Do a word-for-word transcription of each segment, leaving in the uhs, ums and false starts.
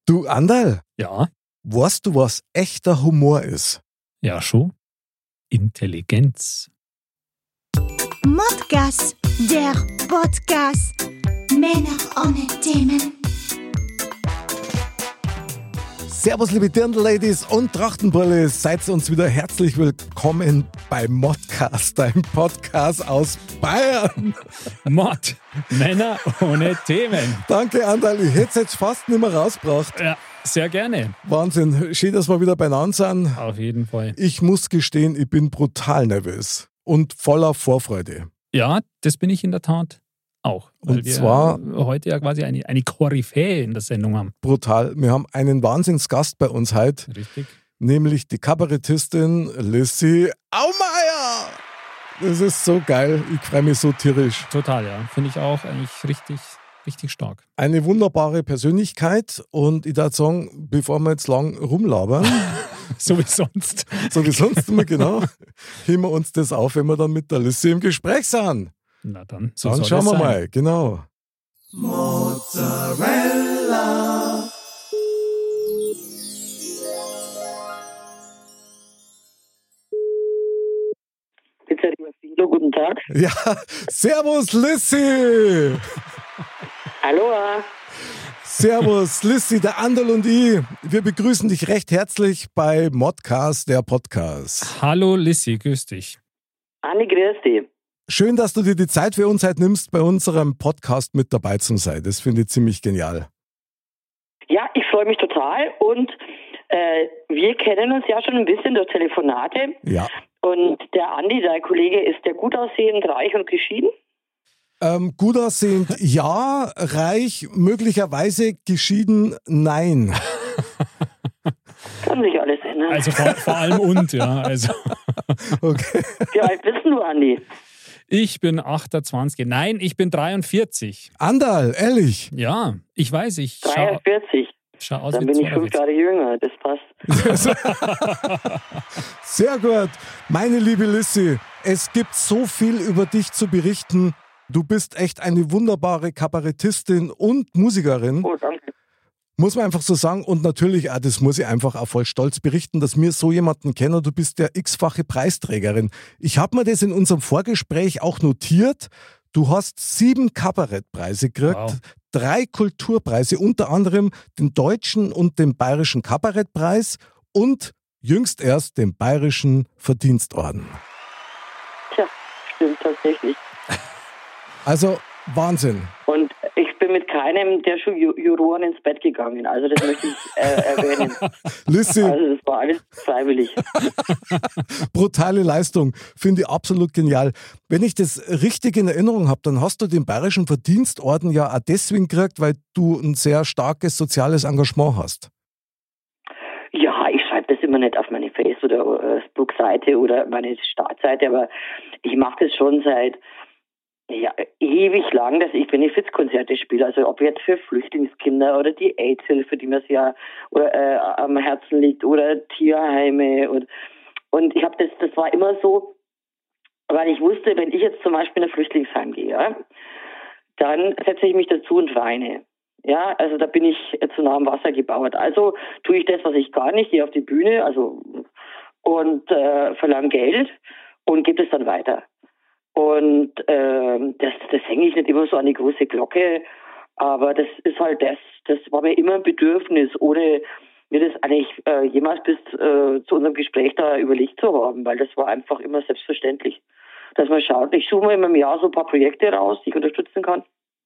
Du, Anderl, Ja, weißt du, was echter Humor ist? ja schon. Intelligenz. Modcast, der Podcast. Männer ohne Themen. Servus, liebe Dirndl-Ladies und Trachtenbullis. Seid uns wieder herzlich willkommen bei Modcast, deinem Podcast aus Bayern. Mod. Männer ohne Themen. Danke, Anderl. Ich hätte es jetzt fast nicht mehr rausgebracht. Ja, sehr gerne. Wahnsinn. Schön, dass wir wieder beieinander sind. Auf jeden Fall. Ich muss gestehen, ich bin brutal nervös und voller Vorfreude. Ja, das bin ich in der Tat auch. Weil Und wir zwar- heute ja quasi eine, eine Koryphäe in der Sendung haben. Brutal. Wir haben einen Wahnsinnsgast bei uns heute, Richtig. nämlich die Kabarettistin Lissy Aumeier. Das ist so geil. Ich freue mich so tierisch. Total, ja. Finde ich auch eigentlich richtig, richtig stark. Eine wunderbare Persönlichkeit und ich würde sagen, bevor wir jetzt lang rumlabern, So wie sonst. so wie sonst immer genau, heben wir uns das auf, wenn wir dann mit der Lissy im Gespräch sind. Na dann, so Dann soll schauen es wir sein. mal, genau. Mozzarella. Pizzeria Filo, guten Tag. Ja, servus Lissy. Hallo. Servus Lissy, der Anderl und ich. Wir begrüßen dich recht herzlich bei Modcast, der Podcast. Hallo Lissy, grüß dich. Anni, grüß dich. Schön, dass du dir die Zeit für uns heute nimmst, bei unserem Podcast mit dabei zu sein. Das finde ich ziemlich genial. Ja, ich freue mich total und äh, wir kennen uns ja schon ein bisschen durch Telefonate Ja. und der Andi, dein Kollege, ist der gut aussehend, reich und geschieden? Ähm, gut aussehend, ja. Reich, möglicherweise geschieden, nein. Kann sich alles ändern. Also vor, vor allem und, ja. Also Okay. Wie alt bist du, Andi? ich bin achtundzwanzig. Nein, ich bin dreiundvierzig. Anderl, ehrlich. Ja, ich weiß, ich schau, dreiundvierzig. schau aus Dann wie bin ich fünf zweiundvierzig. Jahre jünger, das passt. Sehr gut. Meine liebe Lissy, es gibt so viel über dich zu berichten. Du bist echt eine wunderbare Kabarettistin und Musikerin. Oh, danke. Muss man einfach so sagen. Und natürlich, auch, das muss ich einfach auch voll stolz berichten, dass wir so jemanden kennen. Du bist der x-fache Preisträgerin. Ich habe mir das in unserem Vorgespräch auch notiert. Du hast sieben Kabarettpreise gekriegt, Wow. drei Kulturpreise, unter anderem den deutschen und den bayerischen Kabarettpreis und jüngst erst den bayerischen Verdienstorden. Tja, stimmt tatsächlich. Also Wahnsinn. Und ich bin mit keinem der Ju- Ju- Juroren ins Bett gegangen, also das möchte ich äh, erwähnen. Lissy, Also das war alles freiwillig. brutale Leistung, finde ich absolut genial. Wenn ich das richtig in Erinnerung habe, dann hast du den bayerischen Verdienstorden ja auch deswegen gekriegt, weil du ein sehr starkes soziales Engagement hast. Ja, ich schreibe das immer nicht auf meine Face- oder äh, Facebook-Seite oder meine Startseite, aber ich mache das schon seit ja, ewig lang, dass ich Benefizkonzerte spiele. Also ob jetzt für Flüchtlingskinder oder die AIDS-Hilfe, die mir sehr oder, äh, am Herzen liegt, oder Tierheime. Und, und ich habe das, das war immer so, weil ich wusste, wenn ich jetzt zum Beispiel in ein Flüchtlingsheim gehe, ja, dann setze ich mich dazu und weine. Ja, also da bin ich zu nah am Wasser gebaut. Also tue ich das, was ich gar nicht, gehe auf die Bühne, also und äh, verlange Geld und gebe es dann weiter. Und ähm, das, das hänge ich nicht immer so an die große Glocke, aber das ist halt das, das war mir immer ein Bedürfnis, ohne mir das eigentlich äh, jemals bis äh, zu unserem Gespräch da überlegt zu haben, weil das war einfach immer selbstverständlich, dass man schaut. Ich suche mir immer im Jahr so ein paar Projekte raus, die ich unterstützen kann.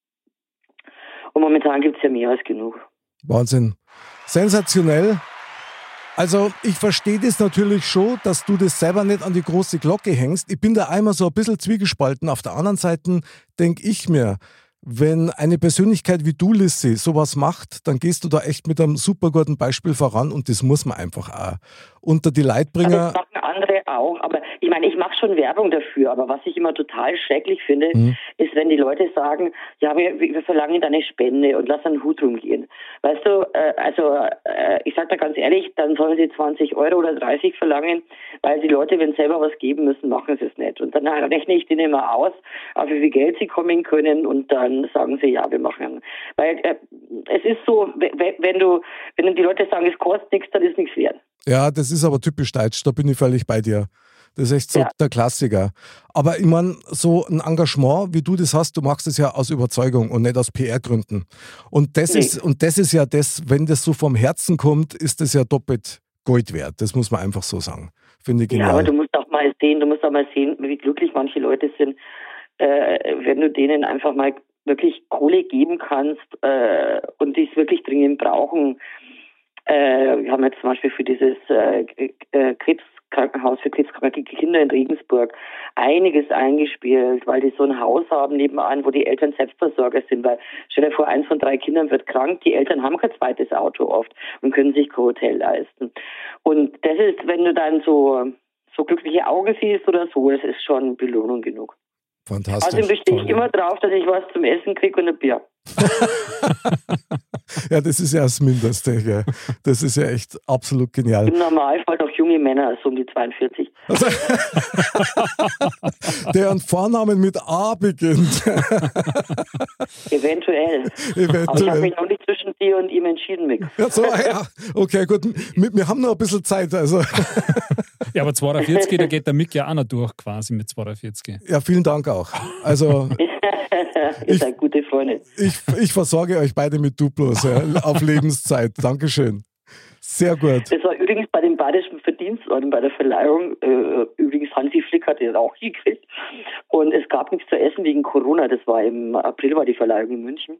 Und momentan gibt es ja mehr als genug. Wahnsinn. Sensationell. Also ich verstehe das natürlich schon, dass du das selber nicht an die große Glocke hängst. Ich bin da einmal so ein bisschen zwiegespalten. Auf der anderen Seite denke ich mir, wenn eine Persönlichkeit wie du, Lissy, sowas macht, dann gehst du da echt mit einem super guten Beispiel voran und das muss man einfach auch unter die Aber Leitbringer. das machen andere Jahre auch, aber ich meine, ich mache schon Werbung dafür, aber was ich immer total schrecklich finde, mhm. ist, wenn die Leute sagen, ja, wir, wir verlangen deine Spende und lass einen Hut rumgehen. Weißt du, äh, also äh, ich sage da ganz ehrlich, dann sollen sie zwanzig Euro oder dreißig verlangen, weil die Leute, wenn selber was geben müssen, machen sie es nicht. Und dann rechne ich denen immer aus, auf wie viel Geld sie kommen können und dann sagen sie, ja, wir machen. Weil äh, es ist so, wenn du, wenn die Leute sagen, es kostet nichts, dann ist nichts wert. Ja, das ist aber typisch deutsch, da bin ich völlig bei dir. Das ist echt so ja. der Klassiker. Aber ich meine, so ein Engagement, wie du das hast, du machst es ja aus Überzeugung und nicht aus P R-Gründen. Und das, nee. ist, und das ist ja das, wenn das so vom Herzen kommt, ist das ja doppelt Gold wert. Das muss man einfach so sagen. Finde ich genial. Ja, aber du musst auch mal sehen, du musst auch mal sehen, wie glücklich manche Leute sind, äh, wenn du denen einfach mal wirklich Kohle geben kannst äh, und die es wirklich dringend brauchen. Äh, wir haben jetzt zum Beispiel für dieses äh, äh, Krebskrankenhaus für krebskranke Kinder in Regensburg einiges eingespielt, weil die so ein Haus haben nebenan, wo die Eltern Selbstversorger sind. Weil stell dir vor, eins von drei Kindern wird krank, die Eltern haben kein zweites Auto oft und können sich kein Hotel leisten. Und das ist, wenn du dann so, so glückliche Augen siehst oder so, das ist schon Belohnung genug. Fantastisch. Also bestehe ich immer drauf, dass ich was zum Essen kriege und ein Bier. Ja, das ist ja das Mindeste. Gell? Das ist ja echt absolut genial. Im Normalfall doch junge Männer, also um die zweiundvierzig. Also, deren Vornamen mit A beginnt. Eventuell. Eventuell. Aber ich habe mich noch nicht zwischen dir und ihm entschieden, Mick. Ja, so, ja. Okay, gut. Wir, wir haben noch ein bisschen Zeit. Also. Ja, aber zweiundvierzig, da geht der Mick ja auch noch durch, quasi mit zweiundvierzig. Ja, vielen Dank auch. Also, Ihr seid gute Freunde. Ich, ich versorge euch beide mit Duplos ja, auf Lebenszeit. Dankeschön. Sehr gut. Das war übrigens bei den Badischen Verdienstorden bei der Verleihung. Äh, übrigens, Hansi Flick hat das auch gekriegt. Und es gab nichts zu essen wegen Corona. Das war im April, war die Verleihung in München.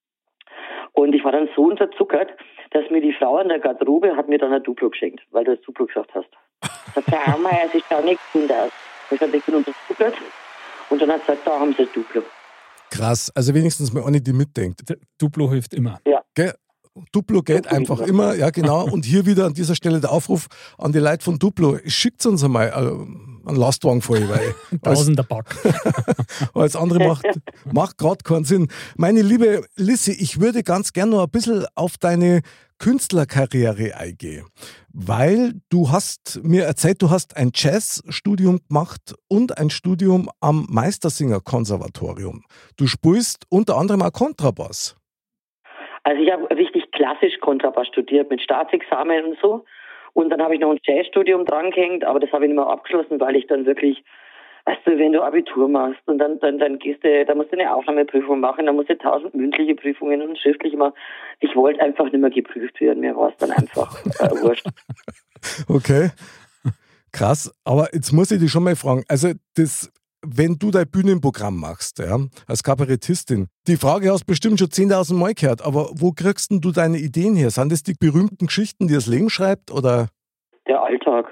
Und ich war dann so unterzuckert, dass mir die Frau an der Garderobe hat mir dann ein Duplo geschenkt, weil du das Duplo gesagt hast. Sagt der Hammer, es ist auch nichts aus. Ich sagte, ich bin unterzuckert. Und dann hat sie gesagt, da haben sie ein Duplo. Krass, also wenigstens mal eine, die mitdenkt. Duplo hilft immer. Ja. Gell? Duplo geht Duplo einfach immer. immer, ja genau. Und hier wieder an dieser Stelle der Aufruf an die Leute von Duplo, schickt uns einmal einen Lastwagen voll, weil Tausender Pack. Alles andere macht, macht gerade keinen Sinn. Meine liebe Lissi, ich würde ganz gerne noch ein bisschen auf deine Künstlerkarriere eingehen, weil du hast mir erzählt, du hast ein Jazzstudium gemacht und ein Studium am Meistersinger-Konservatorium. Du spielst unter anderem auch Kontrabass. Also ich habe richtig klassisch Kontrabass studiert mit Staatsexamen und so. Und dann habe ich noch ein Jazzstudium drangehängt, aber das habe ich nicht mehr abgeschlossen, weil ich dann wirklich, weißt du, wenn du Abitur machst und dann, dann, dann gehst du, da musst du eine Aufnahmeprüfung machen, dann musst du tausend mündliche Prüfungen und schriftliche machen. Ich wollte einfach nicht mehr geprüft werden, mir war es dann einfach äh, wurscht. Okay, krass. Aber jetzt muss ich dich schon mal fragen, also das... Wenn du dein Bühnenprogramm machst, ja, als Kabarettistin, die Frage hast du bestimmt schon zehntausend Mal gehört, aber wo kriegst denn du deine Ideen her? Sind das die berühmten Geschichten, die das Leben schreibt, oder? Der Alltag.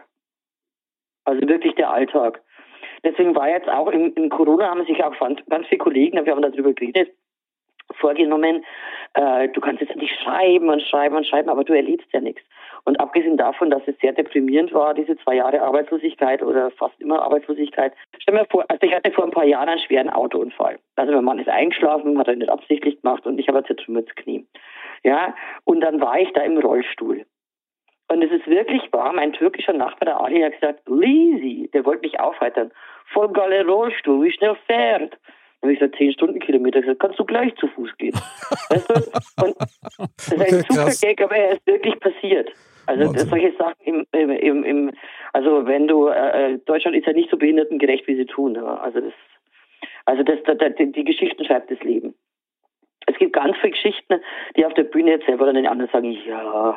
Also wirklich der Alltag. Deswegen war jetzt auch in, in Corona haben sich auch ganz viele Kollegen, wir haben darüber geredet, vorgenommen, äh, du kannst jetzt nicht schreiben und schreiben und schreiben, aber du erlebst ja nichts. Und abgesehen davon, dass es sehr deprimierend war, diese zwei Jahre Arbeitslosigkeit oder fast immer Arbeitslosigkeit. Stell mir vor, also ich hatte vor ein paar Jahren einen schweren Autounfall. Also mein Mann ist eingeschlafen, hat er nicht absichtlich gemacht und ich habe ein zertrümmertes Knie. Ja, und dann war ich da im Rollstuhl. Und es ist wirklich wahr, mein türkischer Nachbar, der Ali, hat gesagt, Lisi, der wollte mich aufheitern. Voll geile Rollstuhl, wie schnell fährt. Dann habe ich gesagt, zehn Stundenkilometer gesagt, kannst du gleich zu Fuß gehen. Weißt du? Und das ist okay, ein super krass. Gag, aber er ist wirklich passiert. Also das, solche Sachen im, im, im, im also wenn du äh, Deutschland ist ja nicht so behindertengerecht, wie sie tun. Ja. Also das, also das, da, die, die Geschichten schreibt das Leben. Es gibt ganz viele Geschichten, die auf der Bühne jetzt selber dann den anderen sagen, ja,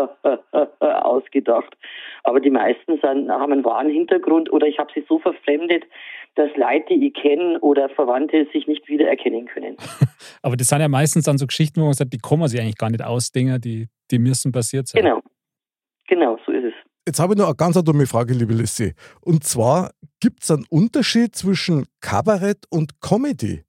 ausgedacht. Aber die meisten sind, haben einen wahren Hintergrund oder ich habe sie so verfremdet, dass Leute, die ich kenne oder Verwandte sich nicht wiedererkennen können. Aber das sind ja meistens dann so Geschichten, wo man sagt, die kann man sich eigentlich gar nicht ausdenken, die, die müssen passiert sein. Genau, genau, so ist es. Jetzt habe ich noch eine ganz dumme Frage, liebe Lissi. Und zwar, gibt es einen Unterschied zwischen Kabarett und Comedy?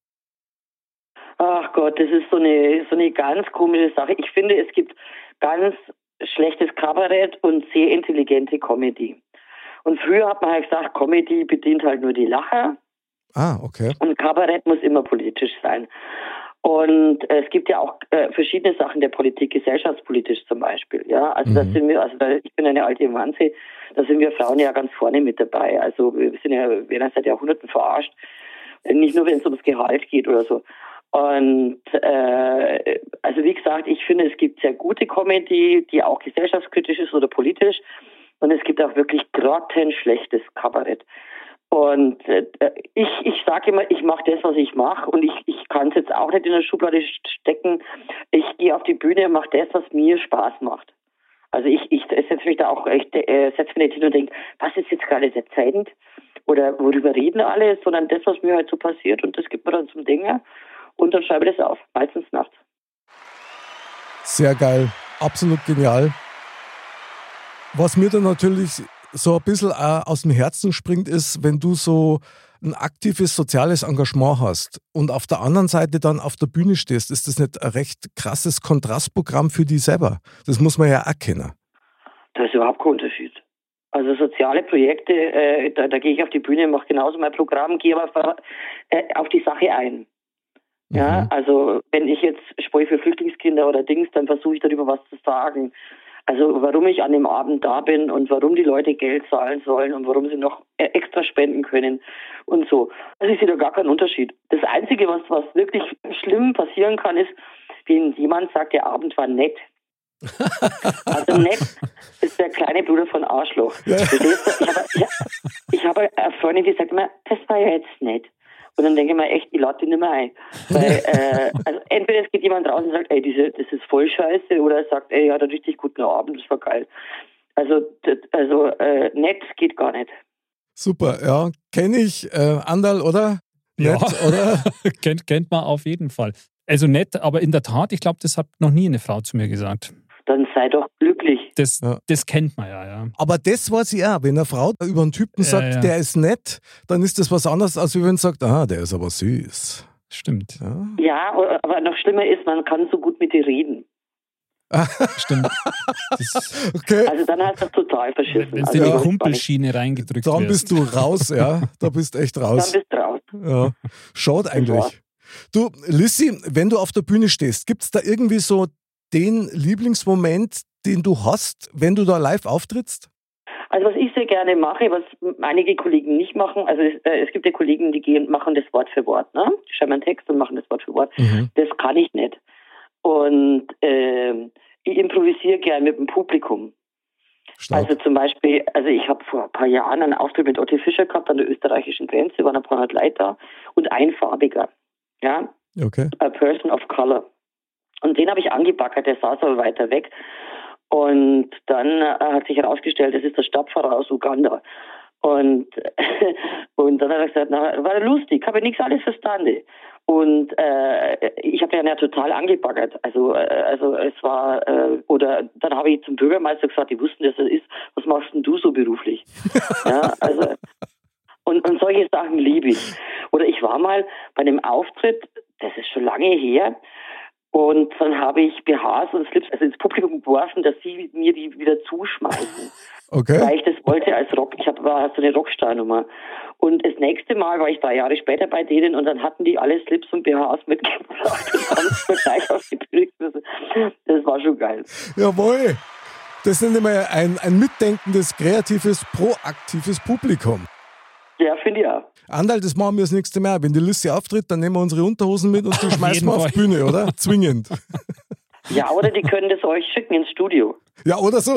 Ach Gott, das ist so eine, so eine ganz komische Sache. Ich finde, es gibt ganz schlechtes Kabarett und sehr intelligente Comedy. Und früher hat man halt gesagt, Comedy bedient halt nur die Lacher. Ah, okay. Und Kabarett muss immer politisch sein. Und äh, es gibt ja auch äh, verschiedene Sachen der Politik, gesellschaftspolitisch zum Beispiel. Ja, also mhm. da sind wir, also da, ich bin eine alte Wanze, da sind wir Frauen ja ganz vorne mit dabei. Also wir sind ja, wir werden seit Jahrhunderten verarscht. Nicht nur, wenn es ums Gehalt geht oder so. Und äh, also wie gesagt, ich finde, es gibt sehr gute Comedy, die auch gesellschaftskritisch ist oder politisch. Und es gibt auch wirklich grottenschlechtes Kabarett. Und äh, ich, ich sage immer, ich mache das, was ich mache. Und ich, ich kann es jetzt auch nicht in der Schublade stecken. Ich gehe auf die Bühne und mache das, was mir Spaß macht. Also ich, ich setze mich da auch, ich äh, setze mich nicht hin und denke, was ist jetzt gerade erzählend? Oder worüber reden alle? Sondern das, was mir halt so passiert. Und das gibt mir dann zum Denken. Und dann schreibe ich das auf, meistens nachts. Sehr geil. Absolut genial. Was mir dann natürlich so ein bisschen auch aus dem Herzen springt, ist, wenn du so ein aktives soziales Engagement hast und auf der anderen Seite dann auf der Bühne stehst, ist das nicht ein recht krasses Kontrastprogramm für dich selber? Das muss man ja auch kennen. Das ist überhaupt kein Unterschied. Also soziale Projekte, äh, da, da gehe ich auf die Bühne, mache genauso mein Programm, gehe aber äh, auf die Sache ein. Mhm. Ja, also wenn ich jetzt spreche für Flüchtlingskinder oder Dings, dann versuche ich darüber was zu sagen. Also warum ich an dem Abend da bin und warum die Leute Geld zahlen sollen und warum sie noch extra spenden können und so. Also ich sehe da gar keinen Unterschied. Das Einzige, was, was wirklich schlimm passieren kann, ist, wenn jemand sagt, der Abend war nett. Also nett ist der kleine Bruder von Arschloch. Ja. Ich habe, ich, ich habe eine Freundin, die sagt immer, das war ja jetzt nett. Und dann denke ich mir echt, ich lade die nicht mehr ein. Weil, äh, also entweder es geht jemand raus und sagt, ey, diese, das ist voll scheiße, oder er sagt, ey, er hat einen richtig guten Abend, das war geil. Also, das, also äh, nett geht gar nicht. Super, ja, kenne ich. Äh, Anderl, oder? Nett, ja. Oder? kennt, kennt man auf jeden Fall. Also nett, aber in der Tat, ich glaube, das hat noch nie eine Frau zu mir gesagt. Dann sei doch glücklich. Das, ja. das kennt man ja, ja. Aber das weiß ich auch. Wenn eine Frau über einen Typen ja, sagt, ja. der ist nett, dann ist das was anderes, als wenn sie sagt, ah, der ist aber süß. Stimmt. Ja, ja, aber noch schlimmer ist, man kann so gut mit dir reden. Stimmt. Das, okay. Also dann hast du das total verschissen. Wenn du also in die Kumpelschiene reingedrückt Dann bist du raus, ja. Da bist echt raus. Dann bist du raus. Ja. Schaut eigentlich. Du, Lissy, wenn du auf der Bühne stehst, gibt es da irgendwie so den Lieblingsmoment, den du hast, wenn du da live auftrittst? Also was ich sehr gerne mache, was einige Kollegen nicht machen, also es, äh, es gibt ja Kollegen, die gehen, machen das Wort für Wort, ne? Die schreiben einen Text und machen das Wort für Wort. Mhm. Das kann ich nicht. Und äh, ich improvisiere gerne mit dem Publikum. Stark. Also zum Beispiel, also ich habe vor ein paar Jahren einen Auftritt mit Otti Fischer gehabt an der österreichischen Grenze, waren ein paar hundert Leute da und ein Farbiger, ja, okay. A person of color. Und den habe ich angebackert, der saß aber weiter weg. Und dann äh, hat sich herausgestellt, das ist der Stadtpfarrer aus Uganda. Und, und dann hat er gesagt, na, war lustig, habe nichts alles verstanden. Und äh, ich habe den ja total angebaggert. Also, äh, also es war, äh, oder dann habe ich zum Bürgermeister gesagt, die wussten, dass er ist, was machst denn du so beruflich? Ja, also, und, und solche Sachen liebe ich. Oder ich war mal bei einem Auftritt, das ist schon lange her, und dann habe ich B Hs und Slips also ins Publikum geworfen, dass sie mir die wieder zuschmeißen. Okay. Weil ich das wollte als Rock. Ich hab, war so eine Rockstar-Nummer. Und das nächste Mal war ich drei Jahre später bei denen und dann hatten die alle Slips und B Hs mitgebracht und haben es mir gleich auf die Bühne geschmissen. Das war schon geil. Jawohl. Das ist nämlich ein, ein mitdenkendes, kreatives, proaktives Publikum. Ja, finde ich auch. Anderl, das machen wir das nächste Mal. Wenn die Lissy auftritt, dann nehmen wir unsere Unterhosen mit und die schmeißen wir auf die Bühne, oder? Zwingend. Ja, oder die können das euch schicken ins Studio. Ja, oder so.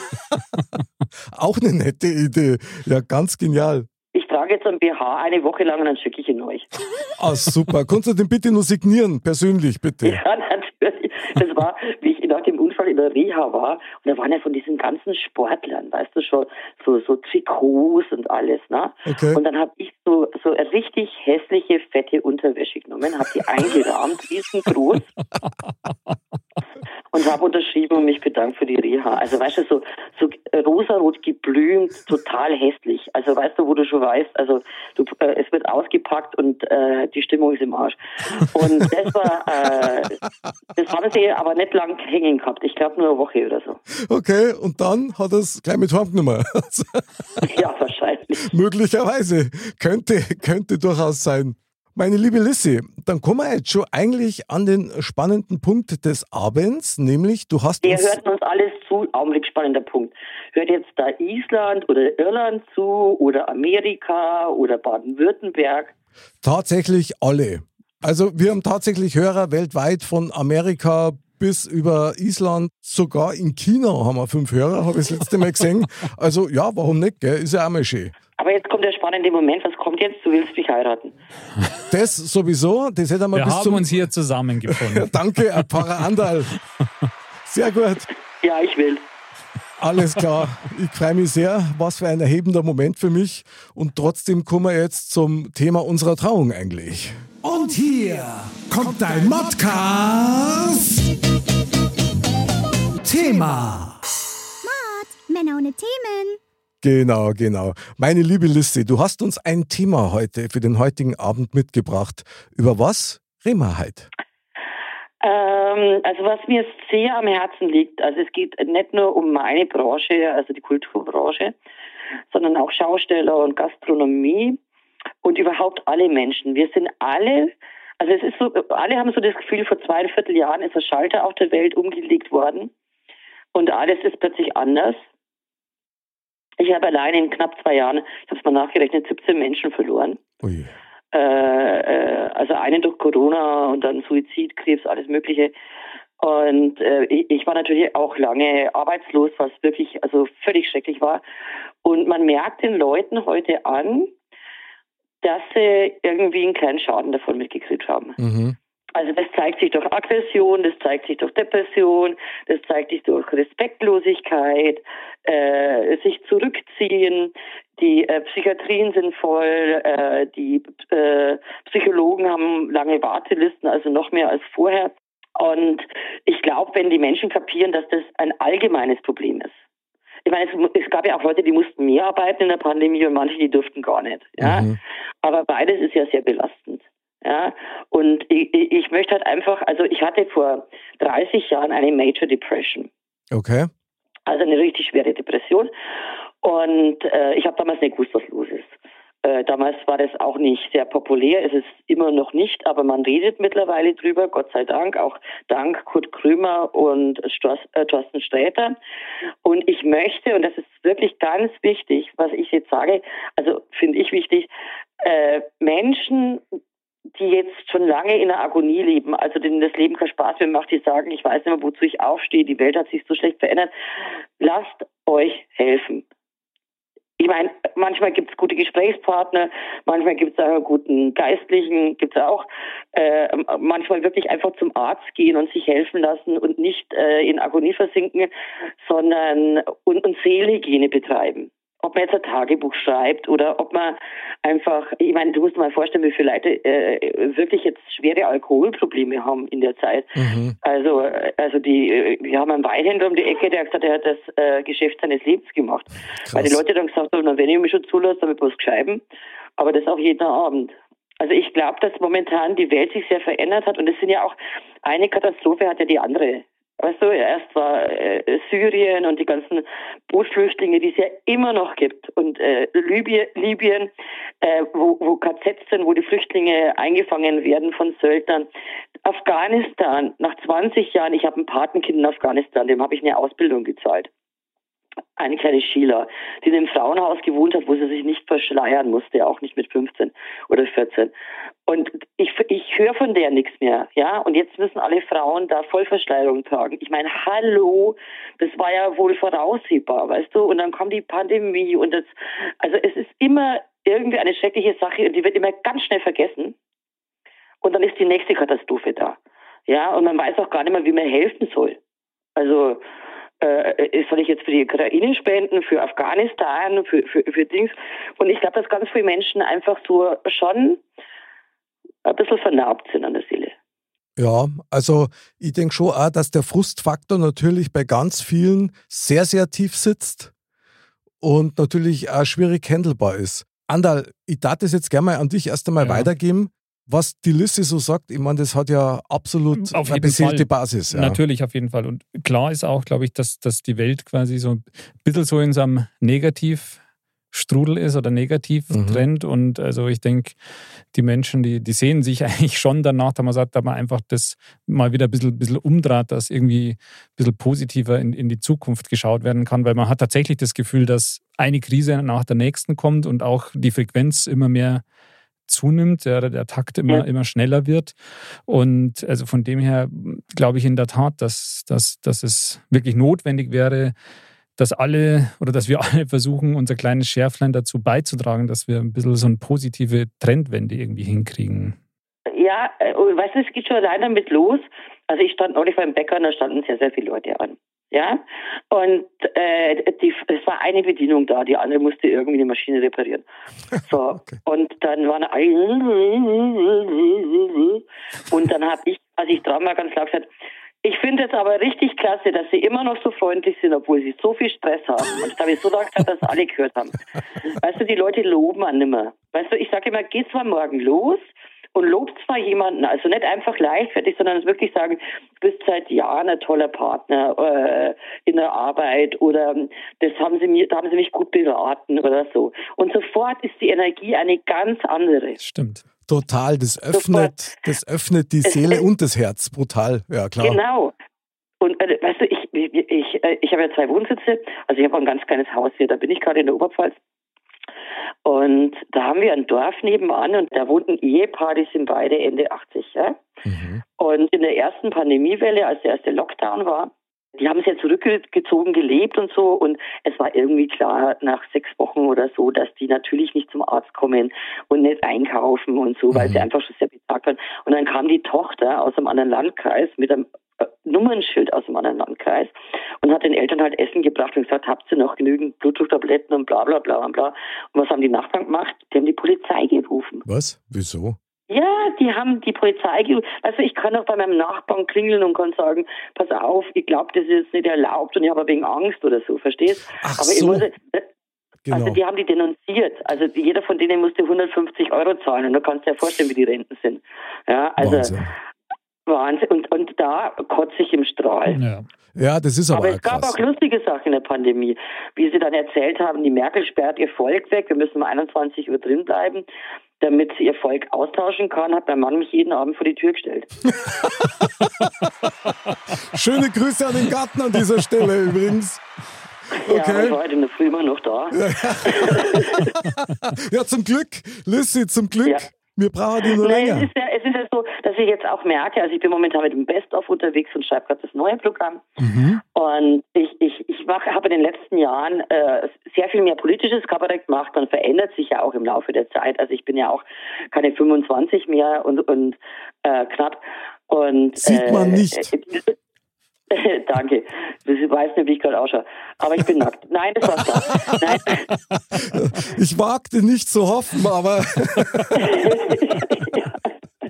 Auch eine nette Idee. Ja, ganz genial. Ich trage jetzt einen B H eine Woche lang und dann schicke ich ihn euch. Ah, super. Kannst du den bitte nur signieren, persönlich, bitte? Ja, natürlich. Das war, wie ich nach dem Unfall in der Reha war, und da waren ja von diesen ganzen Sportlern, weißt du schon, so, so Trikots und alles, ne? Okay. Und dann habe ich so, so eine richtig hässliche, fette Unterwäsche genommen, habe die eingerahmt, riesengroß. und habe unterschrieben und mich bedankt für die Reha. Also weißt du, so, so rosarot geblümt, total hässlich. Also weißt du, wo du schon weißt, also du, äh, es wird ausgepackt und äh, die Stimmung ist im Arsch. Und das war, äh, das haben sie aber nicht lang hängen gehabt. Ich glaube nur eine Woche oder so. Okay, und dann hat er es gleich mit heimgenommen. Ja, wahrscheinlich. Möglicherweise. Könnte, könnte durchaus sein. Meine liebe Lissi, dann kommen wir jetzt schon eigentlich an den spannenden Punkt des Abends, nämlich du hast Wir uns... hörten uns alles zu, Augenblick, spannender Punkt. Hört jetzt da Island oder Irland zu oder Amerika oder Baden-Württemberg? Tatsächlich alle. Also wir haben tatsächlich Hörer weltweit von Amerika bis über Island, sogar in China haben wir fünf Hörer, habe ich das letzte Mal gesehen. Also ja, warum nicht, gell? Ist ja auch mal schön. Aber jetzt kommt der spannende Moment, was kommt jetzt? Du willst mich heiraten. Das sowieso, das hätte man Wir bis haben zum... uns hier zusammengefunden. Danke, ein Pfarrer Andal. Sehr gut. Ja, ich will. Alles klar. Ich freue mich sehr. Was für ein erhebender Moment für mich. Und trotzdem kommen wir jetzt zum Thema unserer Trauung eigentlich. Und hier kommt dein Modcast Thema. Mord, Männer ohne Themen. Genau, genau. Meine liebe Lissi, du hast uns ein Thema heute für den heutigen Abend mitgebracht. Über was reden wir heute? Ähm, also was mir sehr am Herzen liegt, also es geht nicht nur um meine Branche, also die Kulturbranche, sondern auch Schausteller und Gastronomie und überhaupt alle Menschen. Wir sind alle, also es ist so, alle haben so das Gefühl, vor zwei Vierteljahren ist der Schalter auf der Welt umgelegt worden und alles ist plötzlich anders. Ich habe alleine in knapp zwei Jahren, ich habe es mal nachgerechnet, siebzehn Menschen verloren. Ui. Äh, äh, also einen durch Corona und dann Suizid, Krebs, alles Mögliche. Und äh, ich, ich war natürlich auch lange arbeitslos, was wirklich also völlig schrecklich war. Und man merkt den Leuten heute an, dass sie irgendwie einen kleinen Schaden davon mitgekriegt haben. Mhm. Also das zeigt sich durch Aggression, das zeigt sich durch Depression, das zeigt sich durch Respektlosigkeit, äh, sich zurückziehen. Die äh, Psychiatrien sind voll, äh, die äh, Psychologen haben lange Wartelisten, also noch mehr als vorher. Und ich glaube, wenn die Menschen kapieren, dass das ein allgemeines Problem ist. Ich meine, es, es gab ja auch Leute, die mussten mehr arbeiten in der Pandemie und manche, die durften gar nicht. Ja? Mhm. Aber beides ist ja sehr belastend. Ja, und ich, ich möchte halt einfach, also ich hatte vor dreißig Jahren eine Major Depression. Okay. Also eine richtig schwere Depression. Und äh, ich habe damals nicht gewusst, was los ist. Äh, damals war das auch nicht sehr populär, es ist immer noch nicht, aber man redet mittlerweile drüber, Gott sei Dank, auch dank Kurt Krömer und Stoss, äh, Thorsten Sträter. Und ich möchte, und das ist wirklich ganz wichtig, was ich jetzt sage, also finde ich wichtig, äh, Menschen, die jetzt schon lange in der Agonie leben, also denen das Leben keinen Spaß mehr macht, die sagen, ich weiß nicht mehr, wozu ich aufstehe, die Welt hat sich so schlecht verändert. Lasst euch helfen. Ich meine, manchmal gibt es gute Gesprächspartner, manchmal gibt es auch einen guten Geistlichen, gibt es auch. Äh, manchmal wirklich einfach zum Arzt gehen und sich helfen lassen und nicht äh, in Agonie versinken, sondern und, und Seelenhygiene betreiben. Ob man jetzt ein Tagebuch schreibt oder ob man einfach, ich meine, du musst dir mal vorstellen, wie viele Leute äh, wirklich jetzt schwere Alkoholprobleme haben in der Zeit. Mhm. Also, also die, wir haben einen Weinhändler um die Ecke, der hat gesagt, er hat das äh, Geschäft seines Lebens gemacht. Krass. Weil die Leute dann gesagt haben, na, wenn ich mich schon zulasse, dann wird was geschreiben. Aber das auch jeden Abend. Also ich glaube, dass momentan die Welt sich sehr verändert hat und es sind ja auch, eine Katastrophe hat ja die andere. Weißt du, erst war äh, Syrien und die ganzen Bootflüchtlinge, die es ja immer noch gibt. Und äh, Libyen, Libyen äh, wo, wo K Zs sind, wo die Flüchtlinge eingefangen werden von Söldnern. Afghanistan, nach zwanzig Jahren, ich habe ein Patenkind in Afghanistan, dem habe ich eine Ausbildung gezahlt. Eine kleine Sheila, die in einem Frauenhaus gewohnt hat, wo sie sich nicht verschleiern musste, auch nicht mit fünfzehn oder vierzehn. Und ich, ich höre von der nichts mehr, ja. Und jetzt müssen alle Frauen da Vollverschleierung tragen. Ich meine, hallo, das war ja wohl voraussehbar, weißt du? Und dann kommt die Pandemie und das, also es ist immer irgendwie eine schreckliche Sache und die wird immer ganz schnell vergessen. Und dann ist die nächste Katastrophe da, ja. Und man weiß auch gar nicht mehr, wie man helfen soll. Also Äh, soll ich jetzt für die Ukraine spenden, für Afghanistan, für, für, für Dings. Und ich glaube, dass ganz viele Menschen einfach so schon ein bisschen vernarbt sind an der Seele. Ja, also ich denke schon auch, dass der Frustfaktor natürlich bei ganz vielen sehr, sehr tief sitzt und natürlich auch schwierig handelbar ist. Andal, ich darf das jetzt gerne mal an dich erst einmal Ja. weitergeben, was die Liste so sagt. Ich meine, das hat ja absolut Auf eine jeden beseelte Fall. Basis. Ja. Natürlich, auf jeden Fall. Und klar ist auch, glaube ich, dass, dass die Welt quasi so ein bisschen so in so einem Negativstrudel ist oder Negativtrend. Mhm. Und also ich denke, die Menschen, die, die sehen sich eigentlich schon danach, dass man sagt, dass man einfach das mal wieder ein bisschen, bisschen umdreht, dass irgendwie ein bisschen positiver in, in die Zukunft geschaut werden kann, weil man hat tatsächlich das Gefühl, dass eine Krise nach der nächsten kommt und auch die Frequenz immer mehr zunimmt, ja, der Takt immer, ja. immer schneller wird. Und also von dem her glaube ich in der Tat, dass, dass, dass es wirklich notwendig wäre, dass alle oder dass wir alle versuchen, unser kleines Schärflein dazu beizutragen, dass wir ein bisschen so eine positive Trendwende irgendwie hinkriegen. Ja, weißt du, es geht schon allein damit los. Also ich stand neulich beim Bäcker und da standen sehr, sehr viele Leute an. Ja, und äh, die, es war eine Bedienung da, die andere musste irgendwie die Maschine reparieren. So, okay. Und dann waren alle und dann habe ich, als ich dran war, ganz laut gesagt, ich finde es aber richtig klasse, dass sie immer noch so freundlich sind, obwohl sie so viel Stress haben. Und das habe ich so laut gesagt, dass alle gehört haben. Weißt du, die Leute loben an nimmer. Weißt du, ich sage immer, geh zwar morgen los und lobt zwar jemanden, also nicht einfach leichtfertig, sondern wirklich sagen, du bist seit Jahren ein toller Partner äh, in der Arbeit oder das haben sie mir, da haben sie mich gut beraten oder so. Und sofort ist die Energie eine ganz andere. Stimmt. Total, das öffnet, das öffnet die Seele es, und das Herz, brutal, ja klar. Genau. Und äh, weißt du, ich, ich, ich, ich habe ja zwei Wohnsitze, also ich habe ein ganz kleines Haus hier, da bin ich gerade in der Oberpfalz. Und da haben wir ein Dorf nebenan und da wohnt ein Ehepaar, die sind beide Ende achtzig. Ja? Mhm. Und in der ersten Pandemiewelle, als der erste Lockdown war, die haben sehr zurückgezogen gelebt und so und es war irgendwie klar nach sechs Wochen oder so, dass die natürlich nicht zum Arzt kommen und nicht einkaufen und so, weil mhm. sie einfach schon sehr betagt waren. Und dann kam die Tochter aus einem anderen Landkreis mit einem äh, Nummernschild aus einem anderen Landkreis und hat den Eltern halt Essen gebracht und gesagt, habt ihr noch genügend Blutdrucktabletten und bla bla bla und bla. Und was haben die Nachbarn gemacht? Die haben die Polizei gerufen. Was? Wieso? Ja, die haben die Polizei gerufen. Also ich kann auch bei meinem Nachbarn klingeln und kann sagen, pass auf, ich glaube, das ist jetzt nicht erlaubt und ich habe wegen Angst oder so, verstehst? Ach Aber so. Ich muss, genau. Also die haben die denunziert. Also jeder von denen musste hundertfünfzig Euro zahlen und du kannst dir ja vorstellen, wie die Renten sind. Ja, also Wahnsinn. Wahnsinn. Und, und da kotze ich im Strahl. Ja. Ja, das ist aber, aber es gab krass. auch lustige Sachen in der Pandemie. Wie sie dann erzählt haben, die Merkel sperrt ihr Volk weg, wir müssen um einundzwanzig Uhr drin bleiben, damit sie ihr Volk austauschen kann, hat mein Mann mich jeden Abend vor die Tür gestellt. Schöne Grüße an den Garten an dieser Stelle übrigens. Okay. Ja, ich war heute in der Früh immer noch da. Ja, ja zum Glück, Lissi, zum Glück. Ja. Wir brauchen die nur Nein, länger. Es ist, ja, es ist ja so, dass ich jetzt auch merke, also ich bin momentan mit dem Best-of unterwegs und schreibe gerade das neue Programm. Mhm. Und ich, ich, ich habe in den letzten Jahren äh, sehr viel mehr politisches Kabarett gemacht. Man verändert sich ja auch im Laufe der Zeit. Also ich bin ja auch keine fünfundzwanzig mehr und, und äh, knapp. Und, Sieht man nicht. Äh, Danke. Du weißt nicht, wie ich gerade ausschaue. Aber ich bin nackt. Nein, das war's da. Nein. Ich wagte nicht zu hoffen, aber... ja.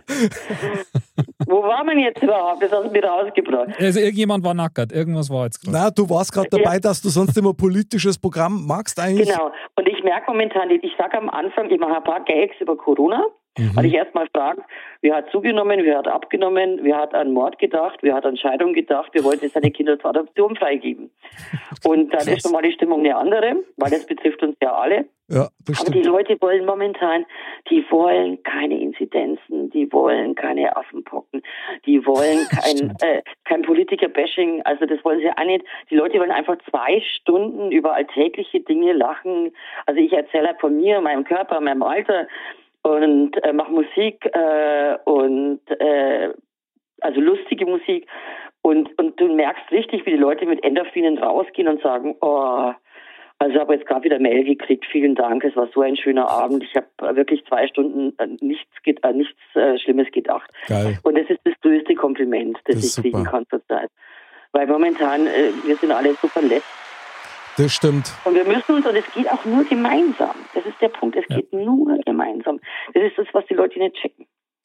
Wo war man jetzt überhaupt? Das hast du mir rausgebracht. Also irgendjemand war nackt. Irgendwas war jetzt gerade. Na, du warst gerade dabei, ja. dass du sonst immer politisches Programm magst eigentlich. Genau. Und ich merke momentan, ich sage am Anfang, ich mache ein paar Gags über Corona. Mhm. Weil ich erstmal frage, wer hat zugenommen, wer hat abgenommen, wer hat an Mord gedacht, wer hat an Scheidung gedacht, wer wollte seine Kinder zur Adoption freigeben. Und dann Krass. Ist schon mal die Stimmung eine andere, weil das betrifft uns ja alle. Ja, das Aber stimmt. die Leute wollen momentan, die wollen keine Inzidenzen, die wollen keine Affenpocken, die wollen kein, äh, kein Politiker-Bashing, also das wollen sie auch nicht. Die Leute wollen einfach zwei Stunden über alltägliche Dinge lachen. Also ich erzähle von mir, meinem Körper, meinem Alter, und äh, mache Musik äh, und äh, also lustige Musik und und du merkst richtig, wie die Leute mit Endorphinen rausgehen und sagen, oh, also ich habe jetzt gerade wieder Mail gekriegt, vielen Dank, es war so ein schöner Abend, ich habe wirklich zwei Stunden äh, nichts äh, nichts äh, Schlimmes gedacht. Geil. Und das ist das größte Kompliment, das, das ich super. kriegen kann zurzeit. Weil momentan, äh, wir sind alle so verletzt. Das stimmt. Und wir müssen uns, und es geht auch nur gemeinsam. Das ist der Punkt, es ja. geht nur gemeinsam. Das ist das, was die Leute nicht checken.